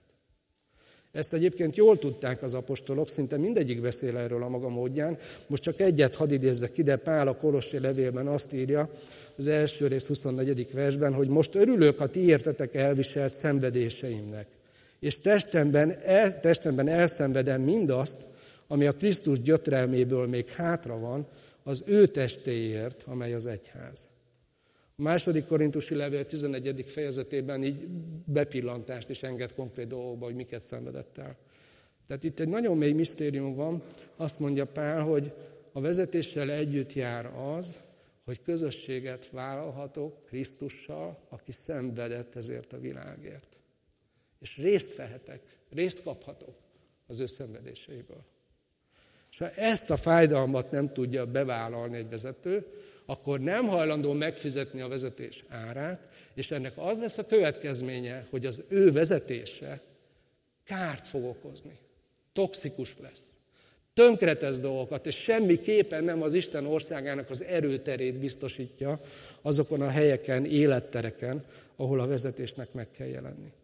[SPEAKER 1] Ezt egyébként jól tudták az apostolok, szinte mindegyik beszél erről a maga módján. Most csak egyet hadd idézzek ide, Pál a Kolossi levélben azt írja, az első rész huszonnegyedik versben, hogy most örülök, ha ti értetek elviselt szenvedéseimnek, és testemben, el, testemben elszenvedem mindazt, ami a Krisztus gyötrelméből még hátra van, az ő testéért, amely az egyház. A második korintusi levél tizennegyedik fejezetében így bepillantást is enged konkrét dolgokba, hogy miket szenvedett el. Tehát itt egy nagyon mély misztérium van, azt mondja Pál, hogy a vezetéssel együtt jár az, hogy közösséget vállalhatok Krisztussal, aki szenvedett ezért a világért. És részt vehetek, részt kaphatok az ő szenvedéseiből. És ha ezt a fájdalmat nem tudja bevállalni egy vezető, akkor nem hajlandó megfizetni a vezetés árát, és ennek az lesz a következménye, hogy az ő vezetése kárt fog okozni. Toxikus lesz. Tönkretesz dolgokat, és semmiképpen nem az Isten országának az erőterét biztosítja azokon a helyeken, élettereken, ahol a vezetésnek meg kell jelenni.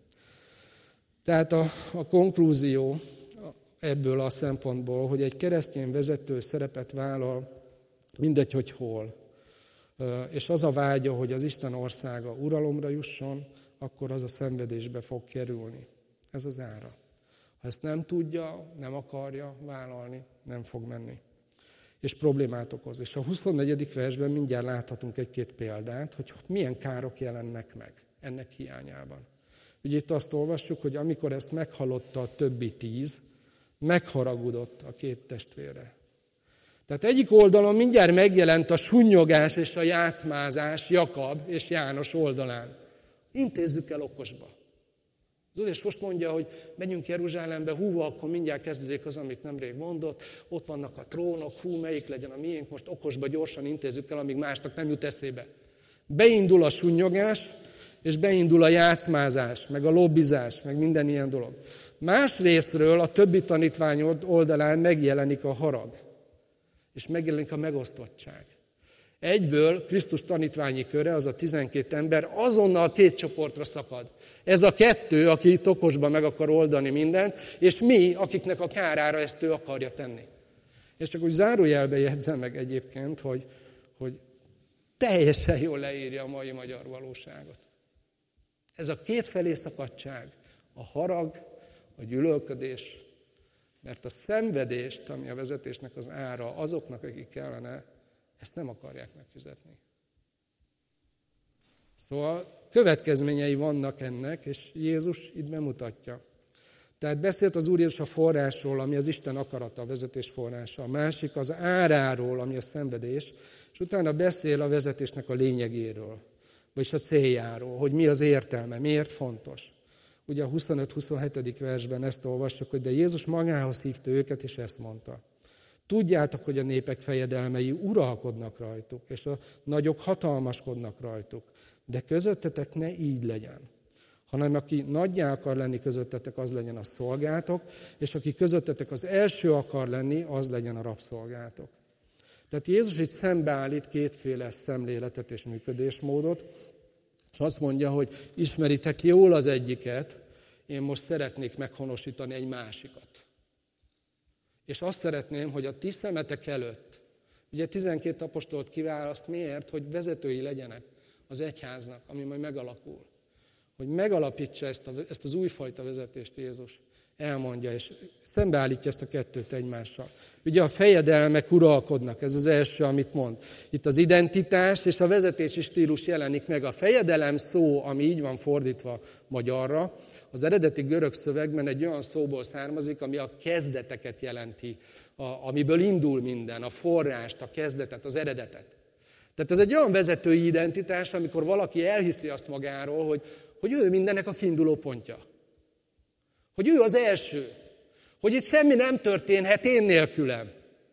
[SPEAKER 1] Tehát a, a konklúzió ebből a szempontból, hogy egy keresztény vezető szerepet vállal, mindegy, hogy hol, és az a vágya, hogy az Isten országa uralomra jusson, akkor az a szenvedésbe fog kerülni. Ez az ára. Ha ezt nem tudja, nem akarja vállalni, nem fog menni. És problémát okoz. És a huszonnegyedik versben mindjárt láthatunk egy-két példát, hogy milyen károk jelennek meg ennek hiányában. Ugye itt azt olvassuk, hogy amikor ezt meghallotta a többi tíz, megharagudott a két testvére. Tehát egyik oldalon mindjárt megjelent a sunnyogás és a játszmázás Jakab és János oldalán. Intézzük el okosba. Az Úr és most mondja, hogy menjünk Jeruzsálembe, hú, akkor mindjárt kezdődik az, amit nemrég mondott, ott vannak a trónok, hú, melyik legyen a miénk, most okosba gyorsan intézzük el, amíg másnak nem jut eszébe. Beindul a sunnyogás, és beindul a játszmázás, meg a lobbizás, meg minden ilyen dolog. Más részről a többi tanítvány oldalán megjelenik a harag, és megjelenik a megosztottság. Egyből Krisztus tanítványi köre, az a tizenkét ember azonnal két csoportra szakad. Ez a kettő, aki itt okosban meg akar oldani mindent, és mi, akiknek a kárára ezt ő akarja tenni. És csak úgy zárójelbe jegyzem meg egyébként, hogy, hogy teljesen jól leírja a mai magyar valóságot. Ez a kétfelé szakadtság, a harag, a gyűlölködés, mert a szenvedést, ami a vezetésnek az ára, azoknak, akik kellene, ezt nem akarják megfizetni. Szóval következményei vannak ennek, és Jézus itt bemutatja. Tehát beszélt az Úr Jézus a forrásról, ami az Isten akarata, a vezetés forrása. A másik az áráról, ami a szenvedés, és utána beszél a vezetésnek a lényegéről, vagyis a céljáról, hogy mi az értelme, miért fontos. Ugye a huszonöt-huszonhetedik versben ezt olvassuk, hogy de Jézus magához hívta őket, és ezt mondta. Tudjátok, hogy a népek fejedelmei uralkodnak rajtuk, és a nagyok hatalmaskodnak rajtuk, de közöttetek ne így legyen, hanem aki nagyjá akar lenni közöttetek, az legyen a szolgátok, és aki közöttetek az első akar lenni, az legyen a rabszolgátok. Tehát Jézus itt szembeállít kétféle szemléletet és működésmódot, és azt mondja, hogy ismeritek jól az egyiket, én most szeretnék meghonosítani egy másikat. És azt szeretném, hogy a ti szemetek előtt, ugye tizenkét apostolt kiválaszt, miért? Hogy vezetői legyenek az egyháznak, ami majd megalakul. Hogy megalapítsa ezt, a, ezt az újfajta vezetést Jézus. elmondja, és szembeállítja ezt a kettőt egymással. Ugye a fejedelmek uralkodnak, ez az első, amit mond. Itt az identitás és a vezetési stílus jelenik meg. A fejedelem szó, ami így van fordítva magyarra, az eredeti görög szövegben egy olyan szóból származik, ami a kezdeteket jelenti, a, amiből indul minden, a forrást, a kezdetet, az eredetet. Tehát ez egy olyan vezetői identitás, amikor valaki elhiszi azt magáról, hogy, hogy ő mindennek a kiinduló pontja. Hogy ő az első. Hogy itt semmi nem történhet én nélkülem.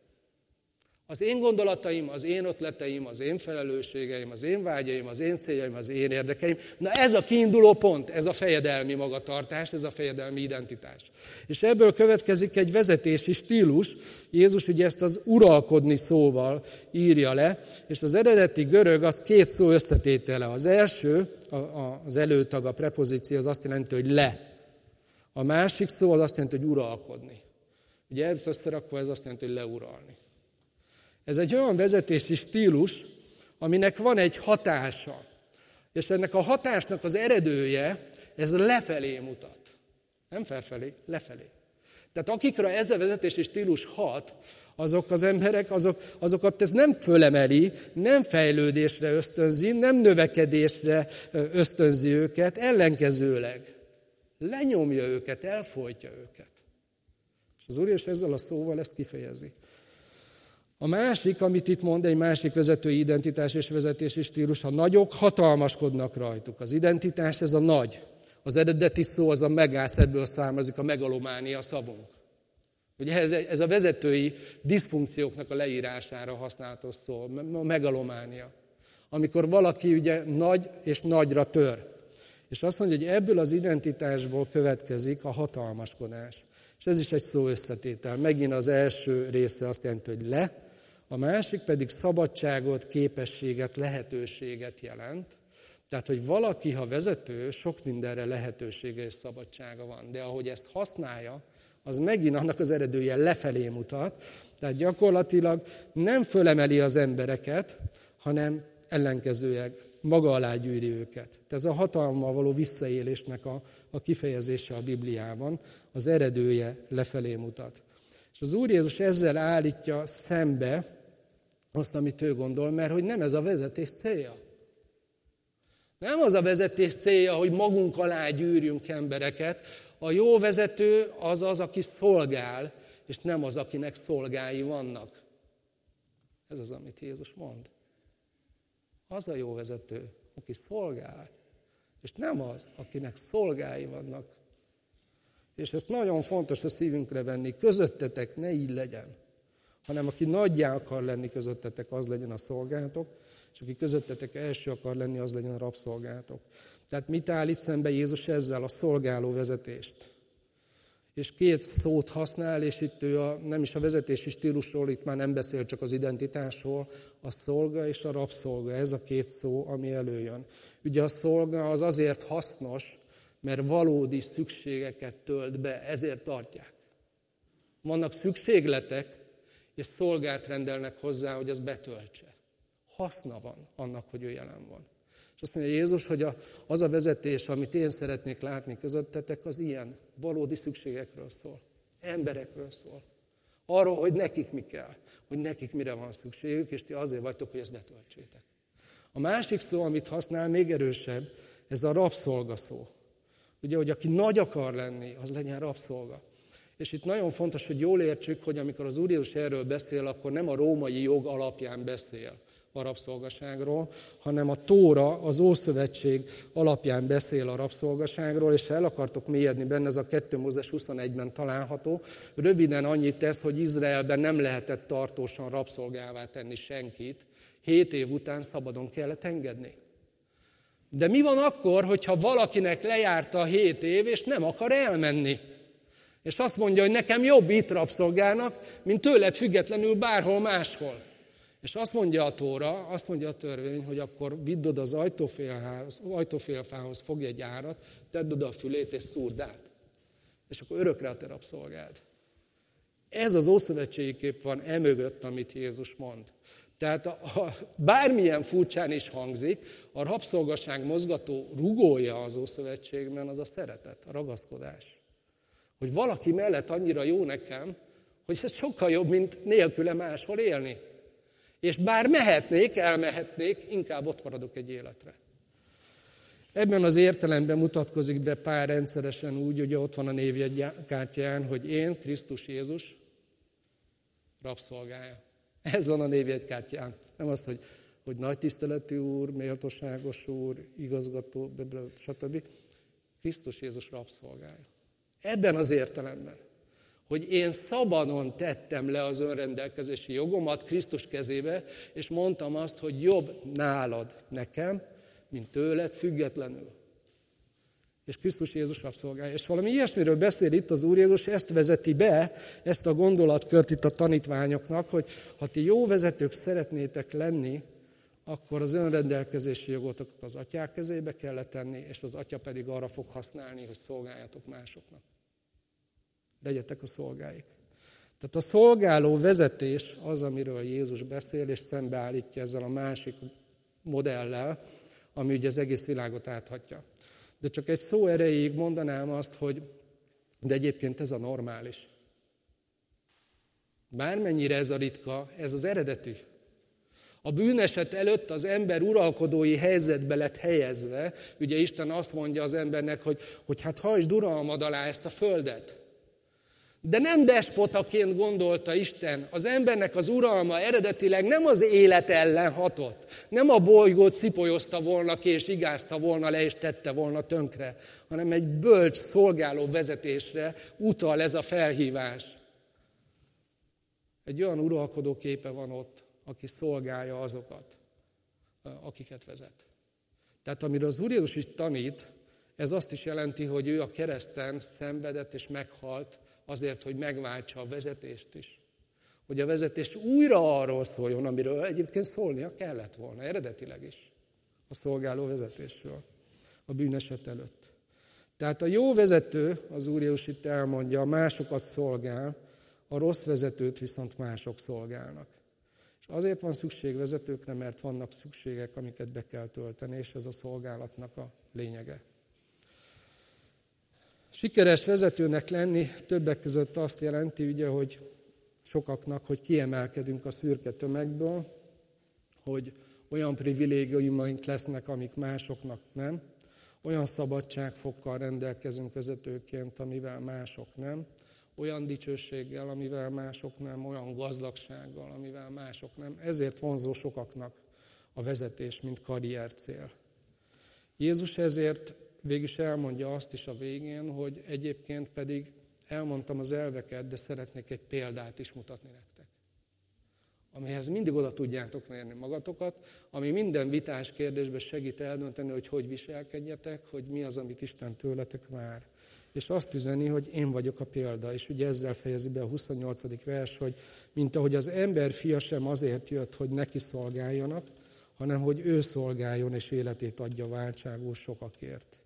[SPEAKER 1] Az én gondolataim, az én ötleteim, az én felelősségeim, az én vágyaim, az én céljaim, az én érdekeim. Na ez a kiinduló pont, ez a fejedelmi magatartás, ez a fejedelmi identitás. És ebből következik egy vezetési stílus. Jézus ugye ezt az uralkodni szóval írja le, és az eredeti görög az két szó összetétele. Az első, az előtag, a prepozíció, az azt jelenti, hogy le. A másik szó az azt jelenti, hogy uralkodni. Ugye ez összerakva ez azt jelenti, hogy leuralni. Ez egy olyan vezetési stílus, aminek van egy hatása. És ennek a hatásnak az eredője, ez lefelé mutat. Nem felfelé, lefelé. Tehát akikre ez a vezetési stílus hat, azok az emberek, azok, azokat ez nem fölemeli, nem fejlődésre ösztönzi, nem növekedésre ösztönzi őket, ellenkezőleg. Lenyomja őket, elfojtja őket. És az Úr és ezzel a szóval ezt kifejezi. A másik, amit itt mond, egy másik vezetői identitás és vezetési stílus, a nagyok hatalmaskodnak rajtuk. Az identitás, ez a nagy. Az eredeti szó, az a megász, ebből származik a megalománia szavunk. Ugye ez, ez a vezetői diszfunkcióknak a leírására használatos szó, a megalománia. Amikor valaki ugye nagy és nagyra tör. És azt mondja, hogy ebből az identitásból következik a hatalmaskodás. És ez is egy szó összetétel. Megint az első része azt jelenti, hogy le, a másik pedig szabadságot, képességet, lehetőséget jelent. Tehát, hogy valaki, ha vezető, sok mindenre lehetősége és szabadsága van. De ahogy ezt használja, az megint annak az eredője lefelé mutat. Tehát gyakorlatilag nem fölemeli az embereket, hanem ellenkezőleg maga alá gyűri őket. Ez a hatalommal való visszaélésnek a, a kifejezése a Bibliában, az eredője lefelé mutat. És az Úr Jézus ezzel állítja szembe azt, amit ő gondol, mert hogy nem ez a vezetés célja. Nem az a vezetés célja, hogy magunk alá gyűrjünk embereket. A jó vezető az az, aki szolgál, és nem az, akinek szolgái vannak. Ez az, amit Jézus mond. Az a jó vezető, aki szolgál, és nem az, akinek szolgái vannak. És ezt nagyon fontos a szívünkre venni. Közöttetek ne így legyen, hanem aki nagyjá akar lenni közöttetek, az legyen a szolgátok, és aki közöttetek első akar lenni, az legyen a rabszolgátok. Tehát mit állít szembe Jézus ezzel? A szolgáló vezetést. És két szót használ, és itt ő a, nem is a vezetési stílusról, itt már nem beszél csak az identitásról, a szolga és a rabszolga, ez a két szó, ami előjön. Ugye a szolga az azért hasznos, mert valódi szükségeket tölt be, ezért tartják. Vannak szükségletek, és szolgát rendelnek hozzá, hogy az betöltse. Haszna van annak, hogy ő jelen van. És azt mondja Jézus, hogy a, az a vezetés, amit én szeretnék látni közöttetek, az ilyen valódi szükségekről szól. Emberekről szól. Arról, hogy nekik mi kell, hogy nekik mire van szükségük, és ti azért vagytok, hogy ezt betöltsétek. A másik szó, amit használ, még erősebb, ez a rabszolga szó. Ugye, hogy aki nagy akar lenni, az legyen rabszolga. És itt nagyon fontos, hogy jól értsük, hogy amikor az Úr Jézus erről beszél, akkor nem a római jog alapján beszél a rabszolgaságról, hanem a Tóra, az Ószövetség alapján beszél a rabszolgaságról, és ha el akartok mélyedni benne, ez a kettő Mózes huszonegyben található. Röviden annyit tesz, hogy Izraelben nem lehetett tartósan rabszolgává tenni senkit, hét év után szabadon kellett engedni. De mi van akkor, hogyha valakinek lejárta a hét év, és nem akar elmenni? És azt mondja, hogy nekem jobb itt rabszolgának, mint tőled függetlenül bárhol máshol. És azt mondja a Tóra, azt mondja a törvény, hogy akkor vidd oda az ajtófélház, ajtófélfához, fogj egy árat, tedd oda a fülét és szúrd át. És akkor örökre a te rabszolgád. Ez az ószövetségi kép van emögött, amit Jézus mond. Tehát a, a, bármilyen furcsán is hangzik, a rabszolgaság mozgató rugója az Ószövetségben az a szeretet, a ragaszkodás. Hogy valaki mellett annyira jó nekem, hogy ez sokkal jobb, mint nélküle máshol élni. És bár mehetnék, elmehetnék, inkább ott maradok egy életre. Ebben az értelemben mutatkozik be Pál rendszeresen úgy, hogy ott van a névjegykártyán, hogy én, Krisztus Jézus, rabszolgája. Ez van a névjegykártyán. Nem az, hogy, hogy nagy tiszteletű úr, méltóságos úr, igazgató, stb. Krisztus Jézus rabszolgája. Ebben az értelemben, hogy én szabadon tettem le az önrendelkezési jogomat Krisztus kezébe, és mondtam azt, hogy jobb nálad nekem, mint tőled függetlenül. És Krisztus Jézus rabszolgája. És valami ilyesmiről beszél itt az Úr Jézus, ezt vezeti be, ezt a gondolatkört itt a tanítványoknak, hogy ha ti jó vezetők szeretnétek lenni, akkor az önrendelkezési jogotokat az atyák kezébe kell tenni, és az atya pedig arra fog használni, hogy szolgáljatok másoknak. Legyetek a szolgáik. Tehát a szolgáló vezetés az, amiről Jézus beszél, és szembeállítja ezzel a másik modellel, ami ugye az egész világot áthatja. De csak egy szó erejéig mondanám azt, hogy de egyébként ez a normális. Bármennyire ez a ritka, ez az eredeti. A bűneset előtt az ember uralkodói helyzetbe lett helyezve. Ugye Isten azt mondja az embernek, hogy, hogy hát hajtsd uralmad alá ezt a földet. De nem despotaként gondolta Isten. Az embernek az uralma eredetileg nem az élet ellen hatott. Nem a bolygót szipolyozta volna ki, és igázta volna le, és tette volna tönkre. Hanem egy bölcs szolgáló vezetésre utal ez a felhívás. Egy olyan uralkodó képe van ott, aki szolgálja azokat, akiket vezet. Tehát amiről az Úr Jézus is tanít, ez azt is jelenti, hogy ő a kereszten szenvedett és meghalt, azért, hogy megváltsa a vezetést is. Hogy a vezetés újra arról szóljon, amiről egyébként szólnia kellett volna, eredetileg is. A szolgáló vezetésről, a bűneset előtt. Tehát a jó vezető, az Úr Jézus itt elmondja, másokat szolgál, a rossz vezetőt viszont mások szolgálnak. És azért van szükség vezetőkre, mert vannak szükségek, amiket be kell tölteni, és ez a szolgálatnak a lényege. Sikeres vezetőnek lenni többek között azt jelenti, ugye, hogy sokaknak, hogy kiemelkedünk a szürke tömegből, hogy olyan privilégiumaink lesznek, amik másoknak nem, olyan szabadságfokkal rendelkezünk vezetőként, amivel mások nem, olyan dicsőséggel, amivel mások nem, olyan gazdagsággal, amivel mások nem. Ezért vonzó sokaknak a vezetés, mint karriercél. Jézus ezért végülis elmondja azt is a végén, hogy egyébként pedig elmondtam az elveket, de szeretnék egy példát is mutatni nektek. Amihez mindig oda tudjátok mérni magatokat, ami minden vitás kérdésben segít eldönteni, hogy hogy viselkedjetek, hogy mi az, amit Isten tőletek vár. És azt üzeni, hogy én vagyok a példa. És ugye ezzel fejezi be a huszonnyolcadik vers, hogy mint ahogy az ember fia sem azért jött, hogy neki szolgáljanak, hanem hogy ő szolgáljon és életét adja váltságul sokakért.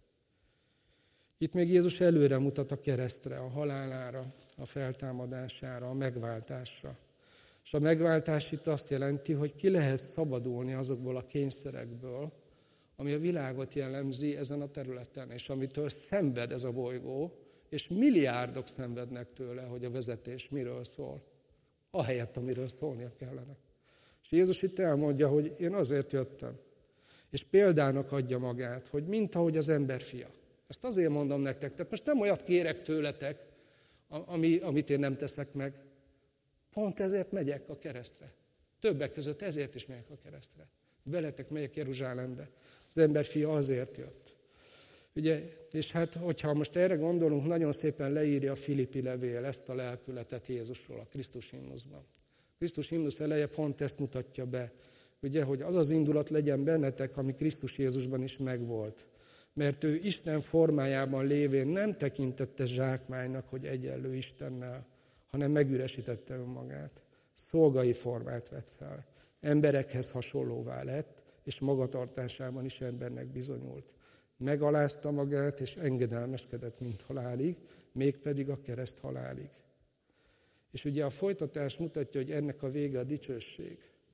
[SPEAKER 1] Itt még Jézus előre mutat a keresztre, a halálára, a feltámadására, a megváltásra. És a megváltás itt azt jelenti, hogy ki lehet szabadulni azokból a kényszerekből, ami a világot jellemzi ezen a területen, és amitől szenved ez a bolygó, és milliárdok szenvednek tőle, hogy a vezetés miről szól. Ahelyett, amiről szólnia kellene. És Jézus itt elmondja, hogy én azért jöttem. És példának adja magát, hogy mint ahogy az ember fia. Ezt azért mondom nektek, tehát most nem olyat kérek tőletek, ami, amit én nem teszek meg. Pont ezért megyek a keresztre. Többek között ezért is megyek a keresztre. Veletek megyek Jeruzsálembe. Az ember fia azért jött. Ugye, és hát, hogyha most erre gondolunk, nagyon szépen leírja a Filippi levél ezt a lelkületet Jézusról a Krisztus himnuszban. A Krisztus himnusz eleje pont ezt mutatja be, ugye, hogy az az indulat legyen bennetek, ami Krisztus Jézusban is megvolt. Mert ő Isten formájában lévén nem tekintette zsákmánynak, hogy egyenlő Istennel, hanem megüresítette önmagát. Szolgai formát vett fel. Emberekhez hasonlóvá lett, és magatartásában is embernek bizonyult. Megalázta magát, és engedelmeskedett, mint halálig, mégpedig a kereszt halálig. És ugye a folytatás mutatja, hogy ennek a vége a dicsőség.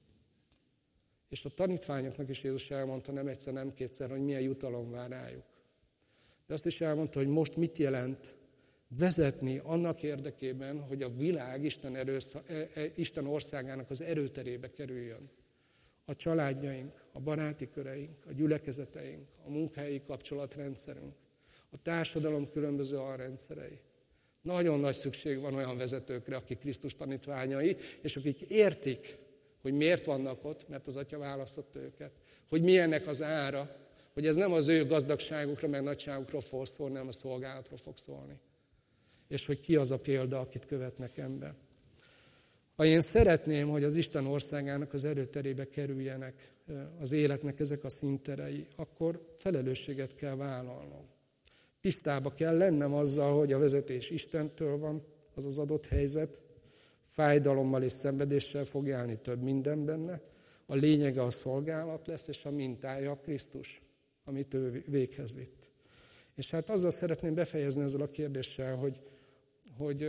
[SPEAKER 1] És a tanítványoknak is Jézus elmondta nem egyszer, nem kétszer, hogy milyen jutalom vár rájuk. De azt is elmondta, hogy most mit jelent vezetni annak érdekében, hogy a világ Isten, erősz, Isten országának az erőterébe kerüljön. A családjaink, a baráti köreink, a gyülekezeteink, a munkahelyi kapcsolatrendszerünk, a társadalom különböző alrendszerei. Nagyon nagy szükség van olyan vezetőkre, akik Krisztus tanítványai, és akik értik, hogy miért vannak ott, mert az Atya választott őket, hogy milyennek az ára, hogy ez nem az ő gazdagságukra, meg nagyságukra fog szólni, hanem a szolgálatról fog szólni. És hogy ki az a példa, akit követnek ember. Ha én szeretném, hogy az Isten országának az erőterébe kerüljenek az életnek ezek a színterei, akkor felelősséget kell vállalnom. Tisztába kell lennem azzal, hogy a vezetés Istentől van, az az adott helyzet, fájdalommal és szenvedéssel fog járni több minden benne, a lényege a szolgálat lesz, és a mintája a Krisztus, amit ő véghez vitt. És hát azzal szeretném befejezni ezzel a kérdéssel, hogy, hogy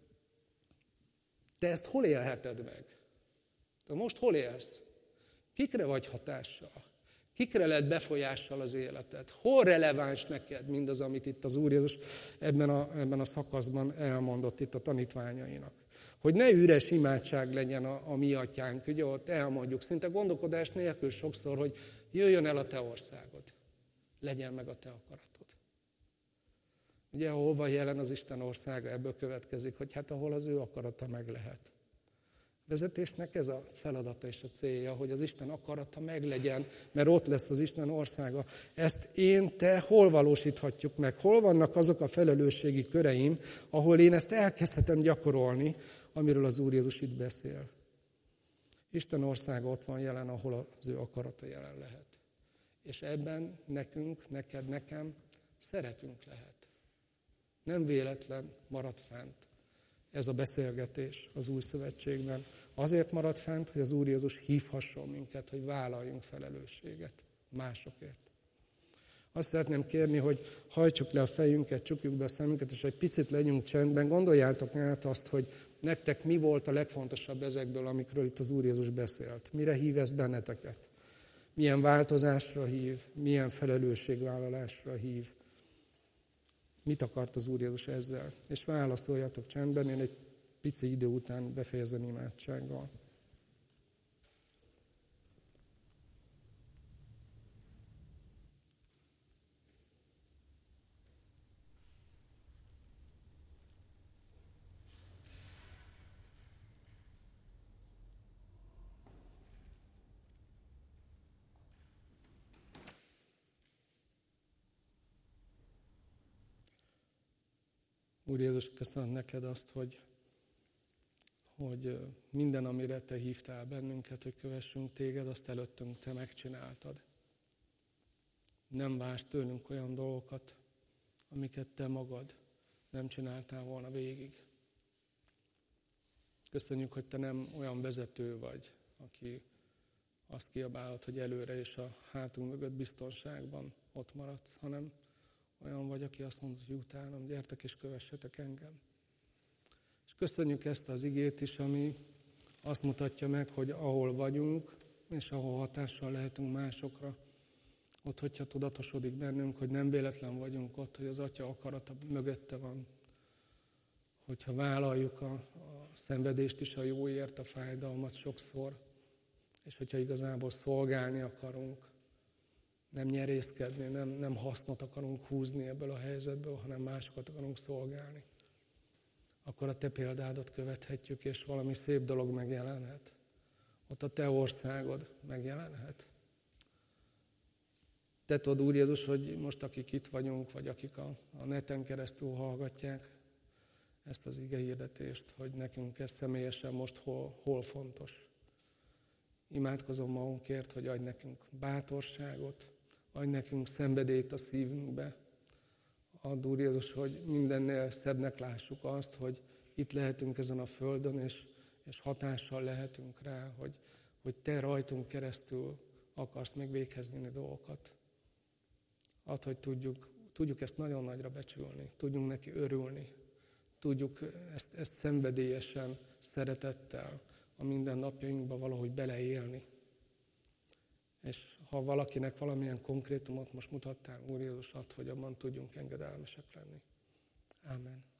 [SPEAKER 1] te ezt hol élheted meg? Te most hol élsz? Kikre vagy hatással? Kikre lett befolyással az életed? Hol releváns neked mindaz, amit itt az Úr Jézus ebben a, ebben a szakaszban elmondott itt a tanítványainak? Hogy ne üres imádság legyen a, a mi atyánk, ugye ott elmondjuk, szinte gondolkodás nélkül sokszor, hogy jöjjön el a te országod, legyen meg a te akaratod. Ugye, hol van jelen az Isten országa, ebből következik, hogy hát ahol az ő akarata meg lehet. Vezetésnek ez a feladata és a célja, hogy az Isten akarata meglegyen, mert ott lesz az Isten országa. Ezt én, te hol valósíthatjuk meg? Hol vannak azok a felelősségi köreim, ahol én ezt elkezdhetem gyakorolni, amiről az Úr Jézus itt beszél. Isten országa ott van jelen, ahol az ő akarata jelen lehet. És ebben nekünk, neked, nekem szerepünk lehet. Nem véletlen marad fent ez a beszélgetés az Új Szövetségben. Azért marad fent, hogy az Úr Jézus hívhasson minket, hogy vállaljunk felelősséget másokért. Azt szeretném kérni, hogy hajtsuk le a fejünket, csukjuk be a szemünket, és egy picit legyünk csendben. Gondoljátok át azt, hogy nektek mi volt a legfontosabb ezekből, amikről itt az Úr Jézus beszélt. Mire hív ez benneteket? Milyen változásra hív, milyen felelősségvállalásra hív. Mit akart az Úr Jézus ezzel? És válaszoljatok csendben, én egy pici idő után befejezem imádsággal. Úr Jézus, köszönöm neked azt, hogy, hogy minden, amire te hívtál bennünket, hogy kövessünk téged, azt előttünk te megcsináltad. Nem vársz tőlünk olyan dolgokat, amiket te magad nem csináltál volna végig. Köszönjük, hogy te nem olyan vezető vagy, aki azt kiabálod, hogy előre és a hátunk mögött biztonságban ott maradsz, hanem olyan vagy, aki azt mondja, hogy utánam, gyertek és kövessetek engem. És köszönjük ezt az igét is, ami azt mutatja meg, hogy ahol vagyunk, és ahol hatással lehetünk másokra, ott, hogyha tudatosodik bennünk, hogy nem véletlen vagyunk ott, hogy az Atya akarata mögötte van, hogyha vállaljuk a, a szenvedést is a jóért, a fájdalmat sokszor, és hogyha igazából szolgálni akarunk, nem nyerészkedni, nem, nem hasznot akarunk húzni ebből a helyzetből, hanem másokat akarunk szolgálni. Akkor a te példádat követhetjük, és valami szép dolog megjelenhet. Ott a te országod megjelenhet. Te tudod, Úr Jézus, hogy most akik itt vagyunk, vagy akik a, a neten keresztül hallgatják ezt az igehirdetést, hogy nekünk ez személyesen most hol, hol fontos. Imádkozom magunkért, hogy adj nekünk bátorságot, adj nekünk szenvedélyt a szívünkbe. Add, Úr Jézus, hogy mindennél szebbnek lássuk azt, hogy itt lehetünk ezen a földön, és, és hatással lehetünk rá, hogy, hogy te rajtunk keresztül akarsz még véghez vinni dolgokat. Add, hogy tudjuk, tudjuk ezt nagyon nagyra becsülni, tudjunk neki örülni, tudjuk ezt, ezt szenvedélyesen, szeretettel a mindennapjainkba valahogy beleélni. És ha valakinek valamilyen konkrétumot most mutattál, Úr Jézus, add, hogy abban tudjunk engedelmesek lenni. Ámen.